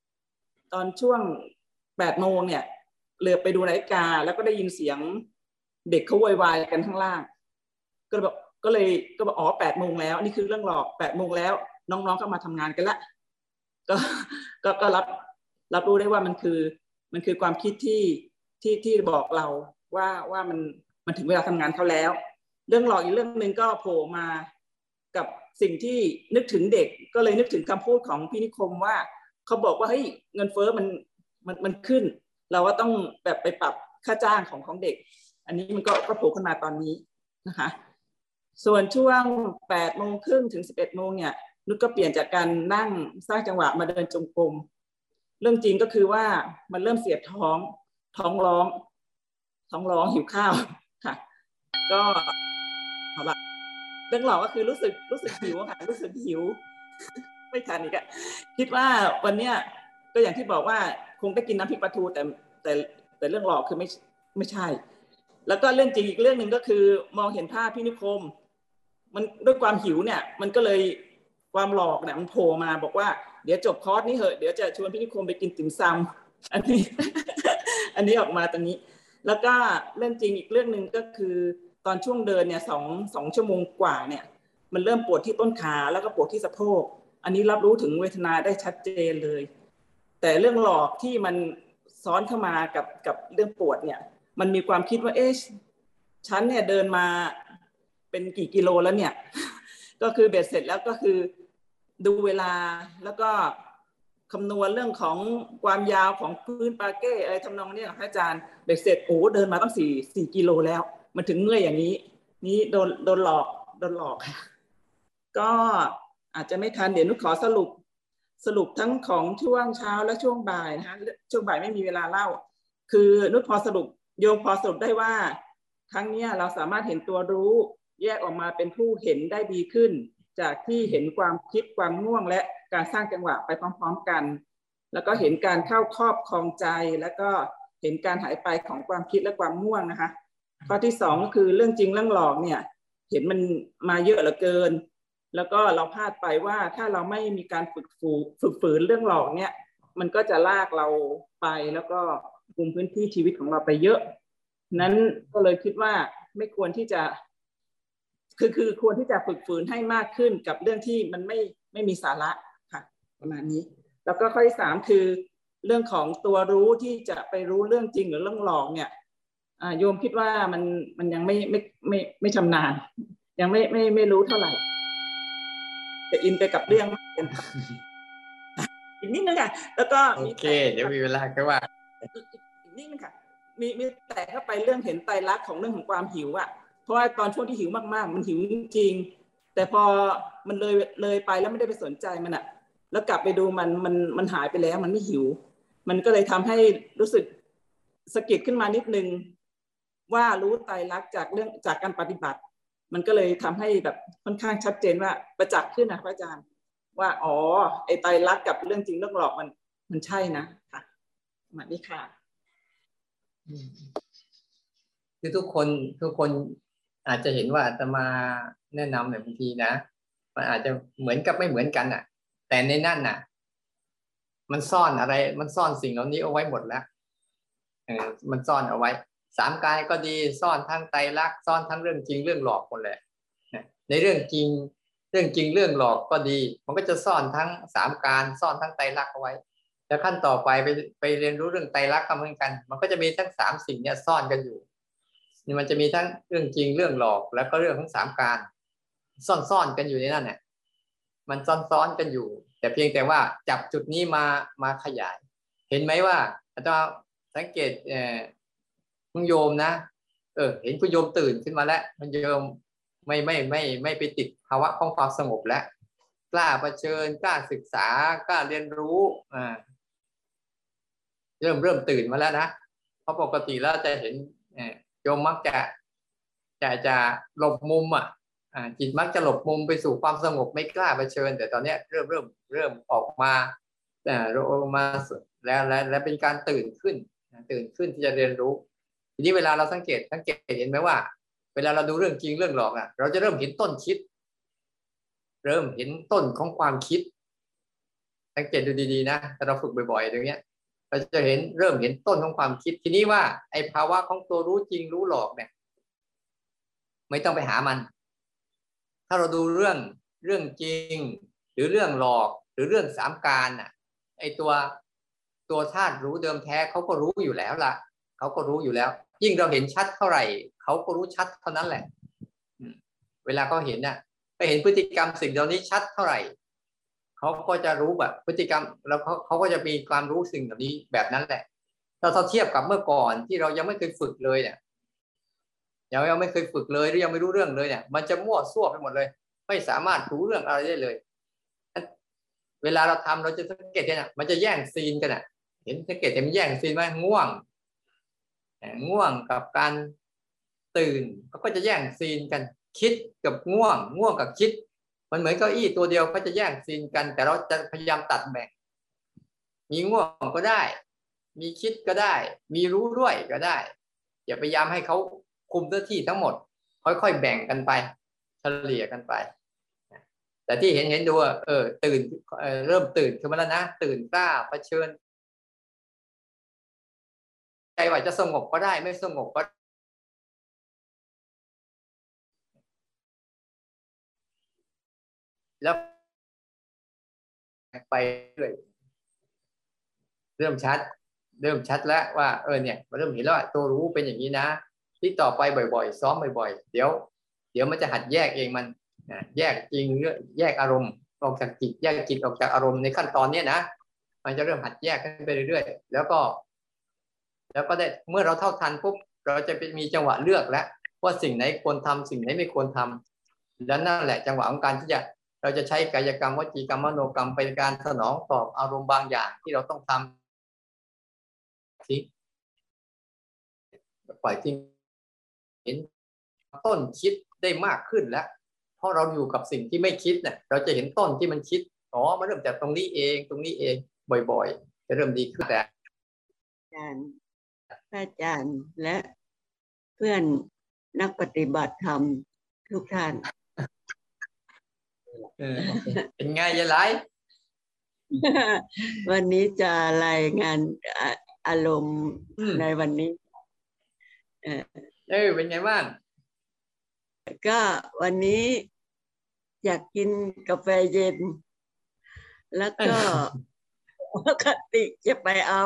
8 โมงเนี่ยเหลือไปดูนาฬิกาแล้วก็ได้ยินเสียงเด็กเขาโวยวายกันข้างล่างก็บอกอ๋อ8 โมงแล้วนี่คือเรื่องหลอก8 โมงแล้วน้องๆเข้ามาทำงานกันละก็รับรู้ได้ว่ามันคือความคิดที่บอกเราว่ามันถึงเวลาทำงานเขาแล้วเรื่องหลอกอีกเรื่องนึงก็โผล่มากับสิ่งที่นึกถึงเด็กก็เลยนึกถึงคำพูดของพี่นิคมว่าเขาบอกว่าเฮ้ยเงินเฟ้อมันขึ้นเราก็ต้องแบบไปปรับค่าจ้างของเด็กอันนี้มันก็โผล่ขึ้นมาตอนนี้นะคะส่วนช่วง8 โมงครึ่งถึง11 โมงเนี่ยนุชก็เปลี่ยนจากการนั่งสร้างจังหวะมาเดินจงกรมเรื่องจริงก็คือว่ามันเริ่มเสียดท้องร้องหิวข้าวค่ะก็เอาละเรื่องหลอกก็คือรู้สึกหิวค่ะรู้สึกหิวไม่ทันอีกอะคิดว่าวันเนี้ยก็อย่างที่บอกว่าคงได้กินน้ำพริกปลาทูแต่เรื่องหลอกคือไม่ใช่แล้วก็เรื่องจริงอีกเรื่องหนึ่งก็คือมองเห็นภาพพี่นิคมมันด้วยความหิวเนี่ยมันก็เลยความหลอกเนี่ยมันโผล่มาบอกว่าเดี๋ยวจบคอร์สนี้เหอะเดี๋ยวจะชวนพี่นิคมไปกินติ่มซำอันนี้ออกมาตอนนี้แล้วก็เรื่องจริงอีกเรื่องหนึ่งก็คือตอนช่วงเดินเนี่ย2 ชั่วโมงกว่าเนี่ยมันเริ่มปวดที่ต้นขาแล้วก็ปวดที่สะโพกอันนี้รับรู้ถึงเวทนาได้ชัดเจนเลยแต่เรื่องหลอกที่มันซ้อนเข้ามากับเรื่องปวดเนี่ยมันมีความคิดว่าฉันเนี่ยเดินมาเป็นกี่กิโลแล้วเนี่ยก็คือเบ็ดเสร็จแล้วก็คือดูเวลาแล้วก็คำนวณเรื่องของความยาวของพื้นปาเก้อะไรทำนองนี้ค่ะอาจารย์เบ็ดเสร็จเดินมาตั้ง4 กิโลแล้วมันถึงเมื่อยอย่างนี้นี่โดนหลอกค่ะก็อาจจะไม่ทันเดี๋ยวนุชขอสรุปทั้งของช่วงเช้าและช่วงบ่ายนะคะช่วงบ่ายไม่มีเวลาเล่าคือนุชพอสรุปได้ว่าครั้งนี้เราสามารถเห็นตัวรู้แยกออกมาเป็นผู้เห็นได้ดีขึ้นจากที่เห็นความคิดความง่วงและการสร้างจังหวะไปพร้อมๆกันแล้วก็เห็นการเข้าครอบครองใจแล้วก็เห็นการหายไปของความคิดและความง่วงนะคะข้อที่2ก็คือเรื่องจริงเรื่องหลอกเนี่ยเห็นมันมาเยอะเหลือเกินแล้วก็เราพลาดไปว่าถ้าเราไม่มีการฝึกฝืนเรื่องหลอกเนี่ยมันก็จะลากเราไปแล้วก็คุมพื้นที่ชีวิตของเราไปเยอะนั้นก็เลยคิดว่าไม่ควรที่จะคือควรที่จะฝึกฝืนให้มากขึ้นกับเรื่องที่มันไม่มีสาระค่ะประมาณนี้แล้วก็ข้อที่3คือเรื่องของตัวรู้ที่จะไปรู้เรื่องจริงหรือเรื่องหลอกเนี่ยโยมคิดว่ามันยังไม่ชำนาญยังไม่รู้เท่าไหร่แต่อินไปกับเรื่องอีกนิดนึงค่ะแล้วก็โอเคเดี๋ยวมีเวลาก็ว่าอีกนิดนึงค่ะมีแต่เข้าไปเรื่องเห็นไตรลักษณ์ของเรื่องของความหิวอ่ะเพราะว่าตอนช่วงที่หิวมากๆมันหิวจริงแต่พอมันเลยไปแล้วไม่ได้ไปสนใจมันอ่ะแล้วกลับไปดูมันหายไปแล้วมันไม่หิวมันก็เลยทำให้รู้สึกสะกิดขึ้นมานิดนึงว่ารู้ไตรลักษณ์จากการปฏิบัติมันก็เลยทำให้แบบค่อนข้างชัดเจนว่าประจักษ์ขึ้นนะพระอาจารย์ว่าอ๋อไอ้ไตรลักษณ์กับเรื่องจริงเรื่องหลอกมันใช่นะค่ะมาดีค่ะคือทุกคนอาจจะเห็นว่าอาตมาแนะนำแบบบางทีนะมันอาจจะเหมือนกับไม่เหมือนกันอ่ะแต่ในนั่นน่ะมันซ่อนอะไรมันซ่อนสิ่งเหล่านี้เอาไว้หมดแล้วมันซ่อนเอาไว้สามกายก็ดีซ่อนทั้งไตรลักษณ์ซ่อนทั้งเรื่องจริงเรื่องหลอกหมดเลยในเรื่องจริงเรื่องหลอกก็ดีมันก็จะซ่อนทั้งสามการซ่อนทั้งไตรลักษณ์เอาไว้แล้วขั้นต่อไปเรียนรู้เรื่องไตรลักษณ์ก็เหมือนกันมันก็จะมีทั้งสามสิ่งเนี่ยซ่อนกันอยู่นี่มันจะมีทั้งเรื่องจริงเรื่องหลอกแล้วก็เรื่องของสามการซ่อนกันอยู่ในนั้นเนี่ยมันซ้อนกันอยู่แต่เพียงแต่ว่าจับจุดนี้มาขยายเห็นไหมว่าอาจารย์สังเกตคุณโยมนะเห็นคุณโยมตื่นขึ้นมาแล้วคุณโยมไม่ไปติดภาวะของความสงบแล้วกล้าเผชิญกล้าศึกษากล้าเรียนรู้เริ่มตื่นมาแล้วนะเพราะปกติแล้วจะเห็นโยมมักจะหลบมุมจิตมักจะหลบมุมไปสู่ความสงบไม่กล้าเผชิญแต่ตอนนี้เริ่มออกมาแล้วเป็นการตื่นขึ้นที่จะเรียนรู้ทีนี้เวลาเราสังเกตเห็นไหมว่าเวลาเราดูเรื่องจริงเรื่องหลอกเราจะเริ่มเห็นต้นคิดเริ่มเห็นต้นของความคิดสังเกตดูดีๆนะถ้าเราฝึกบ่อยๆอย่างเงี้ยเราจะเริ่มเห็นต้นของความคิดทีนี้ว่าไอ้ภาวะของตัวรู้จริงรู้หลอกเนี่ยไม่ต้องไปหามันถ้าเราดูเรื่องจริงหรือเรื่องหลอกหรือเรื่องสามการไอ้ตัวธาตุรู้เดิมแท้เขาก็รู้อยู่แล้วล่ะเขาก็รู้อยู่แล้วยิ่งเราเห็นชัดเท่าไหร่เขาก็รู้ชัดเท่านั้นแหละเวลาเขาเห็นไปเห็นพฤติกรรมสิ่งเหล่านี้ชัดเท่าไหร่เขาก็จะรู้แบบพฤติกรรมแล้วเขาก็จะมีความรู้สิ่งเหล่านี้แบบนั้นแหละถ้าเราเทียบกับเมื่อก่อนที่เรายังไม่เคยฝึกเลยเนี่ยยังไม่เคยฝึกเลยหรือยังไม่รู้เรื่องเลยเนี่ยมันจะมั่วซั่วไปหมดเลยไม่สามารถรู้เรื่องอะไรได้เลยเวลาเราทำเราจะสังเกตเนี่ยมันจะแย่งซีนกันเห็นสังเกตเห็นมันแย่งซีนไหมง่วงกับการตื่นเขาก็จะแย่งซีนกันคิดกับง่วงกับคิดมันเหมือนเก้าอี้ตัวเดียวเขาจะแย่งซีนกันแต่เราจะพยายามตัดแบ่งมีง่วงก็ได้มีคิดก็ได้มีรู้ด้วยก็ได้อย่าพยายามให้เขาคุมหน้าที่ทั้งหมดค่อยๆแบ่งกันไปเฉลี่ยกันไปแต่ที่เห็นดูว่าตื่นเริ่มตื่นขึ้นมาแล้วนะตื่นกล้าเผชิญใจว่าจะสงบก็ได้ไม่สงบก็แล้วไปเรื่อยเริ่มชัดแล้วว่าเนี่ยมันเริ่มเห็นแล้วตัวรู้เป็นอย่างนี้นะที่ต่อไปบ่อยๆซ้อมบ่อยๆเดี๋ยวมันจะหัดแยกเองมันแยกจริงแยกอารมณ์ออกจากจิตแยกจิตออกจากอารมณ์ในขั้นตอนนี้นะมันจะเริ่มหัดแยกกันไปเรื่อยๆแล้วก็ได้เมื่อเราเท่าทันปุ๊บเราจะมีจังหวะเลือกแล้วว่าสิ่งไหนควรทำสิ่งไหนไม่ควรทำแล้วนั่นแหละจังหวะของการที่เราจะใช้กายกรรมวจีกรรมมโนกรรมเป็นการสนองตอบอารมณ์บางอย่างที่เราต้องทำที่ปล่อยทิ้งเห็นต้นคิดได้มากขึ้นแล้วเพราะเราอยู่กับสิ่งที่ไม่คิดเนี่ยเราจะเห็นต้นที่มันคิดมันเริ่มจากตรงนี้เองบ่อยๆจะเริ่มดีขึ้นแต่พระอาจารย์และเพื่อนนักปฏิบัติธรรมทุกท่านเป็นไงยายไหลวันนี้จะรายงานอารมณ์ในวันนี้เป็นไงบ้างก็วันนี้อยากกินกาแฟเย็นแล้วก็ปกติจะไปเอา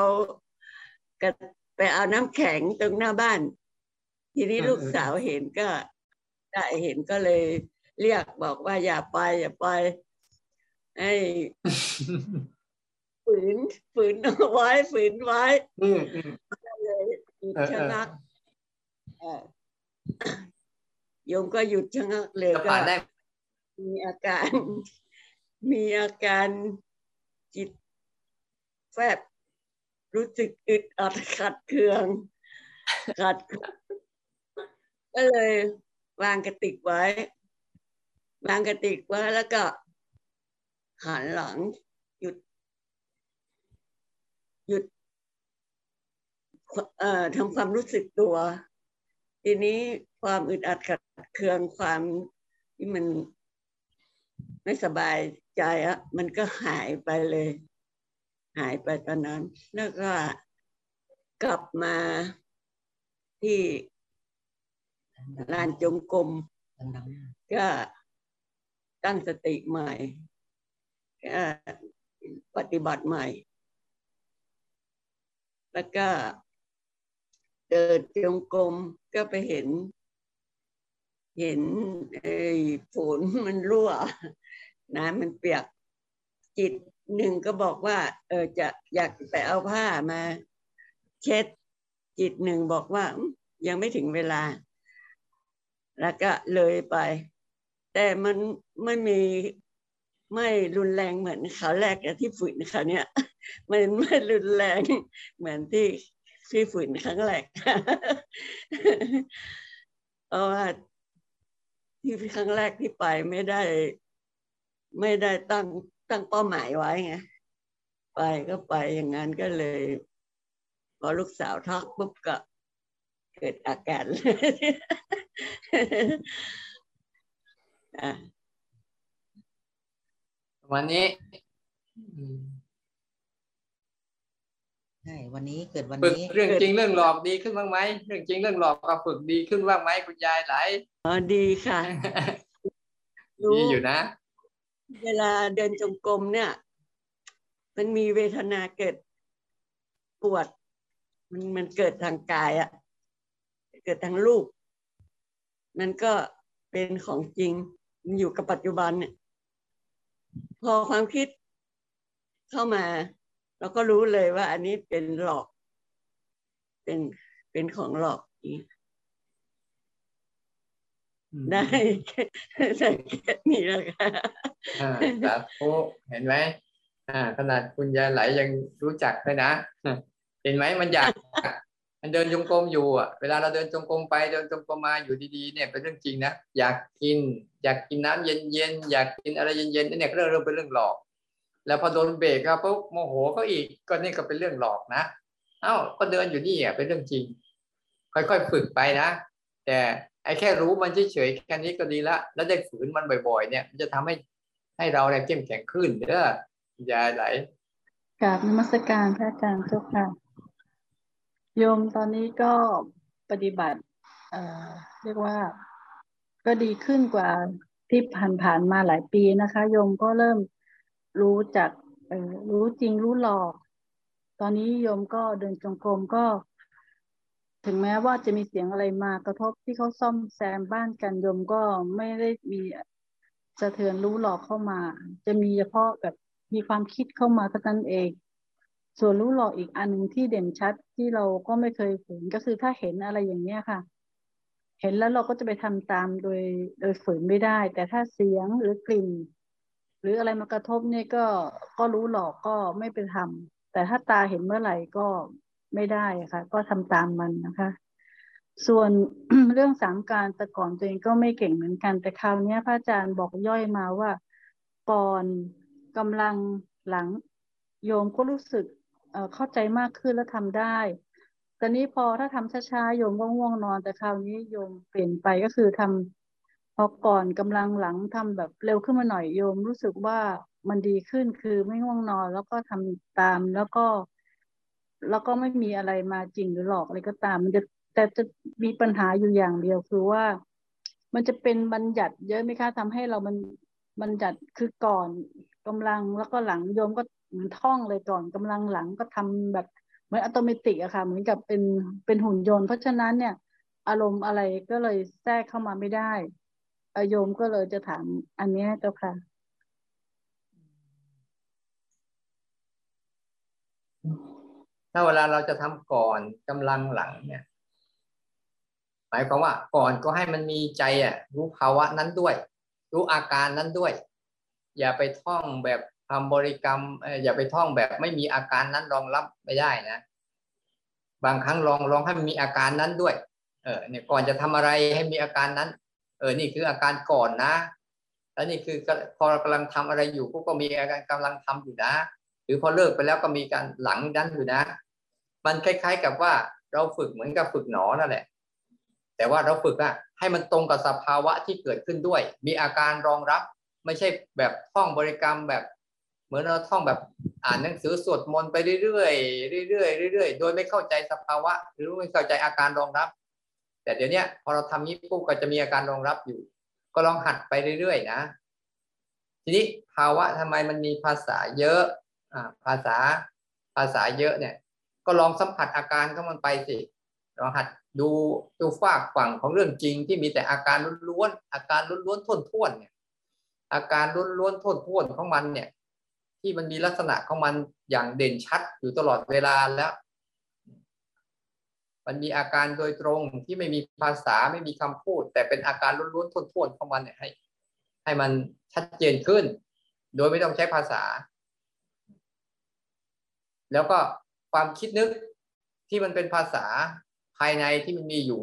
น้ำแข็งตรงหน้าบ้านทีนี้ลูกสาวเห็นก็เลยเรียกบอกว่าอย่าไปไอ้ฝืนไว้เลยหยุดชะงักโยมก็หยุดชะงักเลยก็มีอาการจิตแฟบรู้สึกอึดอัดขัดเคืองก็เลยวางกระติกไว้แล้วก็หันหลังหยุดทำความรู้สึกตัวทีนี้ความอึดอัดขัดเคืองความที่มันไม่สบายใจอะมันก็หายไปเลย หายไปตอนนั้นแล้วก็กลับมาที่ลานจงกรมก็ตั้งสติใหม่ก็ปฏิบัติใหม่แล้วก็เดินจงกรมก็ไปเห็นฝนมันรั่วน้ำมันเปียกจิตหนึ่งก็บอกว่าจะอยากไปเอาผ้ามาเช็ดจิตหนึ่งบอกว่ายังไม่ถึงเวลาแล้วก็เลยไปแต่มันไม่รุนแรงเหมือนคราวแรกที่ฝืนคราวเนี้ยมันไม่รุนแรงเหมือนที่ฝืนครั้งแรกเพราะว่าที่ครั้งแรกที่ไปไม่ได้ตั้งเป้าหมายไว้ไงไปก็ไปอย่างนั้นก็เลยพอลูกสาวทักปุ๊บก็เกิดอาการวันนี้ใช่วันนี้เกิดวันฝึกนี้เรื่องจริงเรื่องหลอกดีขึ้นบ้างไหมเรื่องจริงเรื่องหลอกก็ฝึกดีขึ้นบ้างไหมคุณยายไหลดีค่ะดีอยู่นะเวลาเดินจงกรมเนี่ยมันมีเวทนาเกิดปวดมันเกิดทางกายอะเกิดทางรูปนั่นก็เป็นของจริงมันอยู่กับปัจจุบันเนี่ยพอความคิดเข้ามาเราก็รู้เลยว่าอันนี้เป็นหลอกเป็นของหลอกได้แค่นี้แล้วค่ะสาธุเห็นไหมขนาดคุณยายไหลยังรู้จักเลยนะเห็นไหมมันอยากมันเดินจงกรมอยู่เวลาเราเดินจงกรมไปเดินจงกรมมาอยู่ดีๆเนี่ยเป็นเรื่องจริงนะอยากกินน้ำเย็นๆอยากกินอะไรเย็นๆเนี่ยเริ่มเป็นเรื่องหลอกแล้วพอโดนเบรกครับปุ๊บโมโหก็อีกก็นี่ก็เป็นเรื่องหลอกนะก็เดินอยู่นี่เป็นเรื่องจริงค่อยๆฝึกไปนะแต่ไอ้แค่รู้มันเฉยๆแค่นี้ก็ดีละแล้วได้ฝืนมันบ่อยๆเนี่ยมันจะทำให้เราเนี่ยเข้มแข็งขึ้นเด้อยายไหลกราบนมัสการพระอาจารย์เจ้าค่ะโยมตอนนี้ก็ปฏิบัติเรียกว่าก็ดีขึ้นกว่าที่ผ่านมาหลายปีนะคะโยมก็เริ่มรู้จักรู้จริงรู้หลอกตอนนี้โยมก็เดินจงกรมก็ถึงแม้ว่าจะมีเสียงอะไรมากระทบที่เขาซ่อมแซมบ้านกันโยมก็ไม่ได้มีสะเทือนรู้หลอกเข้ามาจะมีเฉพาะแบบมีความคิดเข้ามาเท่านั้นเองส่วนรู้หลอกอีกอันนึงที่เด่นชัดที่เราก็ไม่เคยฝืนก็คือถ้าเห็นอะไรอย่างเนี้ยค่ะเห็นแล้วเราก็จะไปทำตามโดยฝืนไม่ได้แต่ถ้าเสียงหรือกลิ่นหรืออะไรมากระทบเนี่ยก็รู้หลอกก็ไม่ไปทำแต่ถ้าตาเห็นเมื่อไหร่ก็ไม่ได้ค่ะก็ทำตามมันนะคะส่วน เรื่องสามการแต่ก่อนตัวเองก็ไม่เก่งเหมือนกันแต่คราวนี้พระอาจารย์บอกย่อยมาว่าก่อนกำลังหลังโยมก็รู้สึกเข้าใจมากขึ้นและทำได้ตอนนี้พอถ้าทำช้าๆโยมก็ง่วงนอนแต่คราวนี้โยมเปลี่ยนไปก็คือทำพอก่อนกำลังหลังทำแบบเร็วขึ้นมาหน่อยโยมรู้สึกว่ามันดีขึ้นคือไม่ง่วงนอนแล้วก็ทำตามแล้วก็ไม่มีอะไรมาจริงหรือหลอกอะไรก็ตามแต่จะมีปัญหาอยู่อย่างเดียวคือว่ามันจะเป็นบัญญัติเยอะไหมคะทำให้เรามันบัญญัติคือก่อนกำลังแล้วก็หลังโยมก็เหมือนท่องเลยก่อนกำลังหลังก็ทำแบบเหมือนอัตโนมัติอะค่ะเหมือนกับเป็นหุ่นยนต์เพราะฉะนั้นเนี่ยอารมณ์อะไรก็เลยแทรกเข้ามาไม่ได้โยมก็เลยจะถามอันนี้เจ้าค่ะถ้าเวลาเราจะทำก่อนกำลังหลังเนี่ยหมายความว่าก่อนก็ให้มันมีใจรู้ภาวะนั้นด้วยรู้อาการนั้นด้วยอย่าไปท่องแบบทำบริกรรมอย่าไปท่องแบบไม่มีอาการนั้นรองรับไม่ได้นะบางครั้งลองให้มันมีอาการนั้นด้วยเนี่ยก่อนจะทำอะไรให้มีอาการนั้นนี่คืออาการก่อนนะแล้วนี่คือพอกำลังทำอะไรอยู่ก็มีอาการกำลังทำอยู่นะหรือพอเลิกไปแล้วก็มีการหลังนั้นอยู่นะมันคล้ายๆกับว่าเราฝึกเหมือนกับฝึกหนอนนั่นแหละแต่ว่าเราฝึกให้มันตรงกับสภาวะที่เกิดขึ้นด้วยมีอาการรองรับไม่ใช่แบบท่องบริกรรมแบบเหมือนเราท่องแบบอ่านหนังสือสวดมนต์ไปเรื่อยๆเรื่อยๆเรื่อยๆโดยไม่เข้าใจสภาวะหรือไม่เข้าใจอาการรองรับแต่เดี๋ยวนี้พอเราทำนี้ปุ๊บก็จะมีอาการรองรับอยู่ก็ลองหัดไปเรื่อยๆนะทีนี้ภาวะทำไมมันมีภาษาเยอะภาษาเยอะเนี่ยก็ลองสัมผัสอาการของมันไปสิลองหัดดูฝากฝั่งของเรื่องจริงที่มีแต่อาการล้วนๆอาการล้วนๆท่วนๆเนี่ยอาการล้วนๆท่วนๆของมันเนี่ยที่มันมีลักษณะของมันอย่างเด่นชัดอยู่ตลอดเวลาแล้วมันมีอาการโดยตรงที่ไม่มีภาษาไม่มีคำพูดแต่เป็นอาการล้วนๆท่วนๆของมันเนี่ยให้มันชัดเจนขึ้นโดยไม่ต้องใช้ภาษาแล้วก็ความคิดนึกที่มันเป็นภาษาภายในที่มันมีอยู่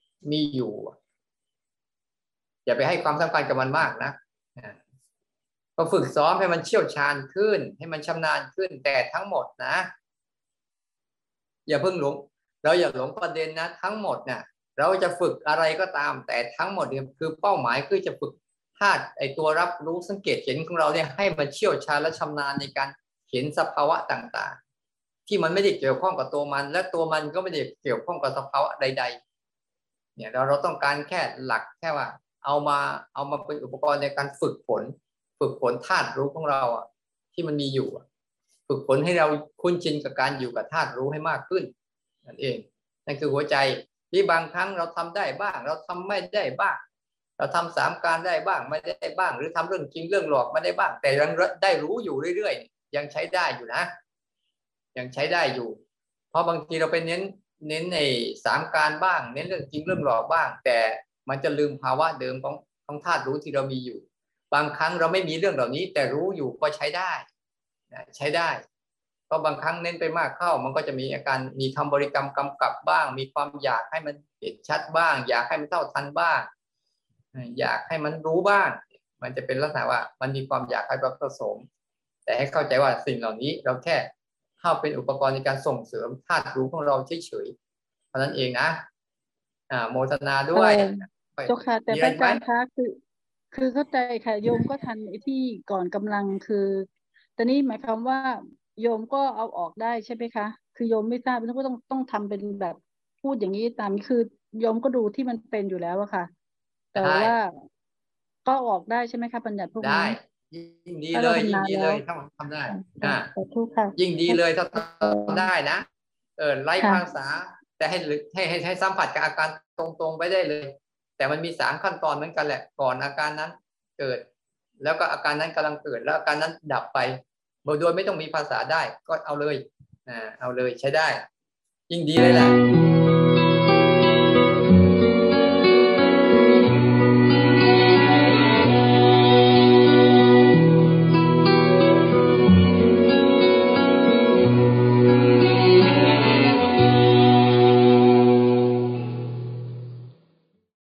อย่าไปให้ความสำคัญกับมันมากนะก็ฝึกซ้อมให้มันเชี่ยวชาญขึ้นให้มันชำนาญขึ้นแต่ทั้งหมดนะอย่าเพิ่งหลงเราอย่าหลงประเด็นนะทั้งหมดเนี่ยเราจะฝึกอะไรก็ตามแต่ทั้งหมดเนี่ยคือเป้าหมายคือจะฝึกธาตุไอตัวรับรู้สังเกตเห็นของเราเนี่ยให้มันเชี่ยวชาญและชำนาญในการเห็นสภาวะต่างๆที่มันไม่ได้เกี่ยวข้องกับตัวมันและตัวมันก็ไม่ได้เกี่ยวข้องกับสภาวะใดๆเนี่ยเราต้องการแค่หลักแค่ว่าเอามาเป็นอุปกรณ์ในการฝึกฝนธาตุรู้ของเราที่มันมีอยู่ฝึกฝนให้เราคุ้นชินกับการอยู่กับธาตุรู้ให้มากขึ้นนั่นเองนั่นคือหัวใจที่บางครั้งเราทำได้บ้างเราทำไม่ได้บ้างเราทำ3การได้บ้างไม่ได้บ้างหรือทำเรื่องจริงเรื่องหลอกไม่ได้บ้างแต่ยังได้รู้อยู่เรื่อยๆยังใช้ได้อยู่นะยังใช้ได้อยู่เพราะบางทีเราไปเน้นใน3การบ้างเน้นเรื่องจริงเรื่องหลอกบ้างแต่มันจะลืมภาวะเดิมของธาตุรู้ที่เรามีอยู่บางครั้งเราไม่มีเรื่องเหล่านี้แต่รู้อยู่ก็ใช้ได้ใช้ได้เพราะบางครั้งเน้นไปมากเข้ามันก็จะมีอาการมีคำบริกรรมกำกับบ้างมีความอยากให้มันเห็นชัดบ้างอยากให้มันเท่าทันบ้างอยากให้มันรู้บ้างมันจะเป็นลักษณะว่ามันมีความอยากให้ผสมแต่ให้เข้าใจว่าสิ่งเหล่านี้เราแค่เข้าเป็นอุปกรณ์ในการส่งเสริมธาตุรู้ของเราเฉยๆเท่านั้นเองนะโมทนาด้วยเจ้าค่ะแต่พระอาจารย์คะคือเข้าใจค่ะโยมก็ทันที่ก่อนกำลังคือตอนนี้หมายความว่าโยมก็เอาออกได้ใช่ไหมคะคือโยมไม่ทราบก็ต้องทำเป็นแบบพูดอย่างนี้ตามคือโยมก็ดูที่มันเป็นอยู่แล้วอะค่ะแต่ว่าก็ออกได้ใช่ไหมคะบัญญัติพวกนี้ยิ่งดีเลยถ้าทำได้ยิ่งดีเลยถ้าทำได้นะไร้ภาษาแต่ให้สัมผัสกับอาการตรงๆไปได้เลยแต่มันมี3ขั้นตอนเหมือนกันแหละก่อนอาการนั้นเกิดแล้วก็อาการนั้นกำลังเกิดแล้วอาการนั้นดับไปโดยไม่ต้องมีภาษาได้ก็เอาเลยใช้ได้ยิ่งดีเลยแหละ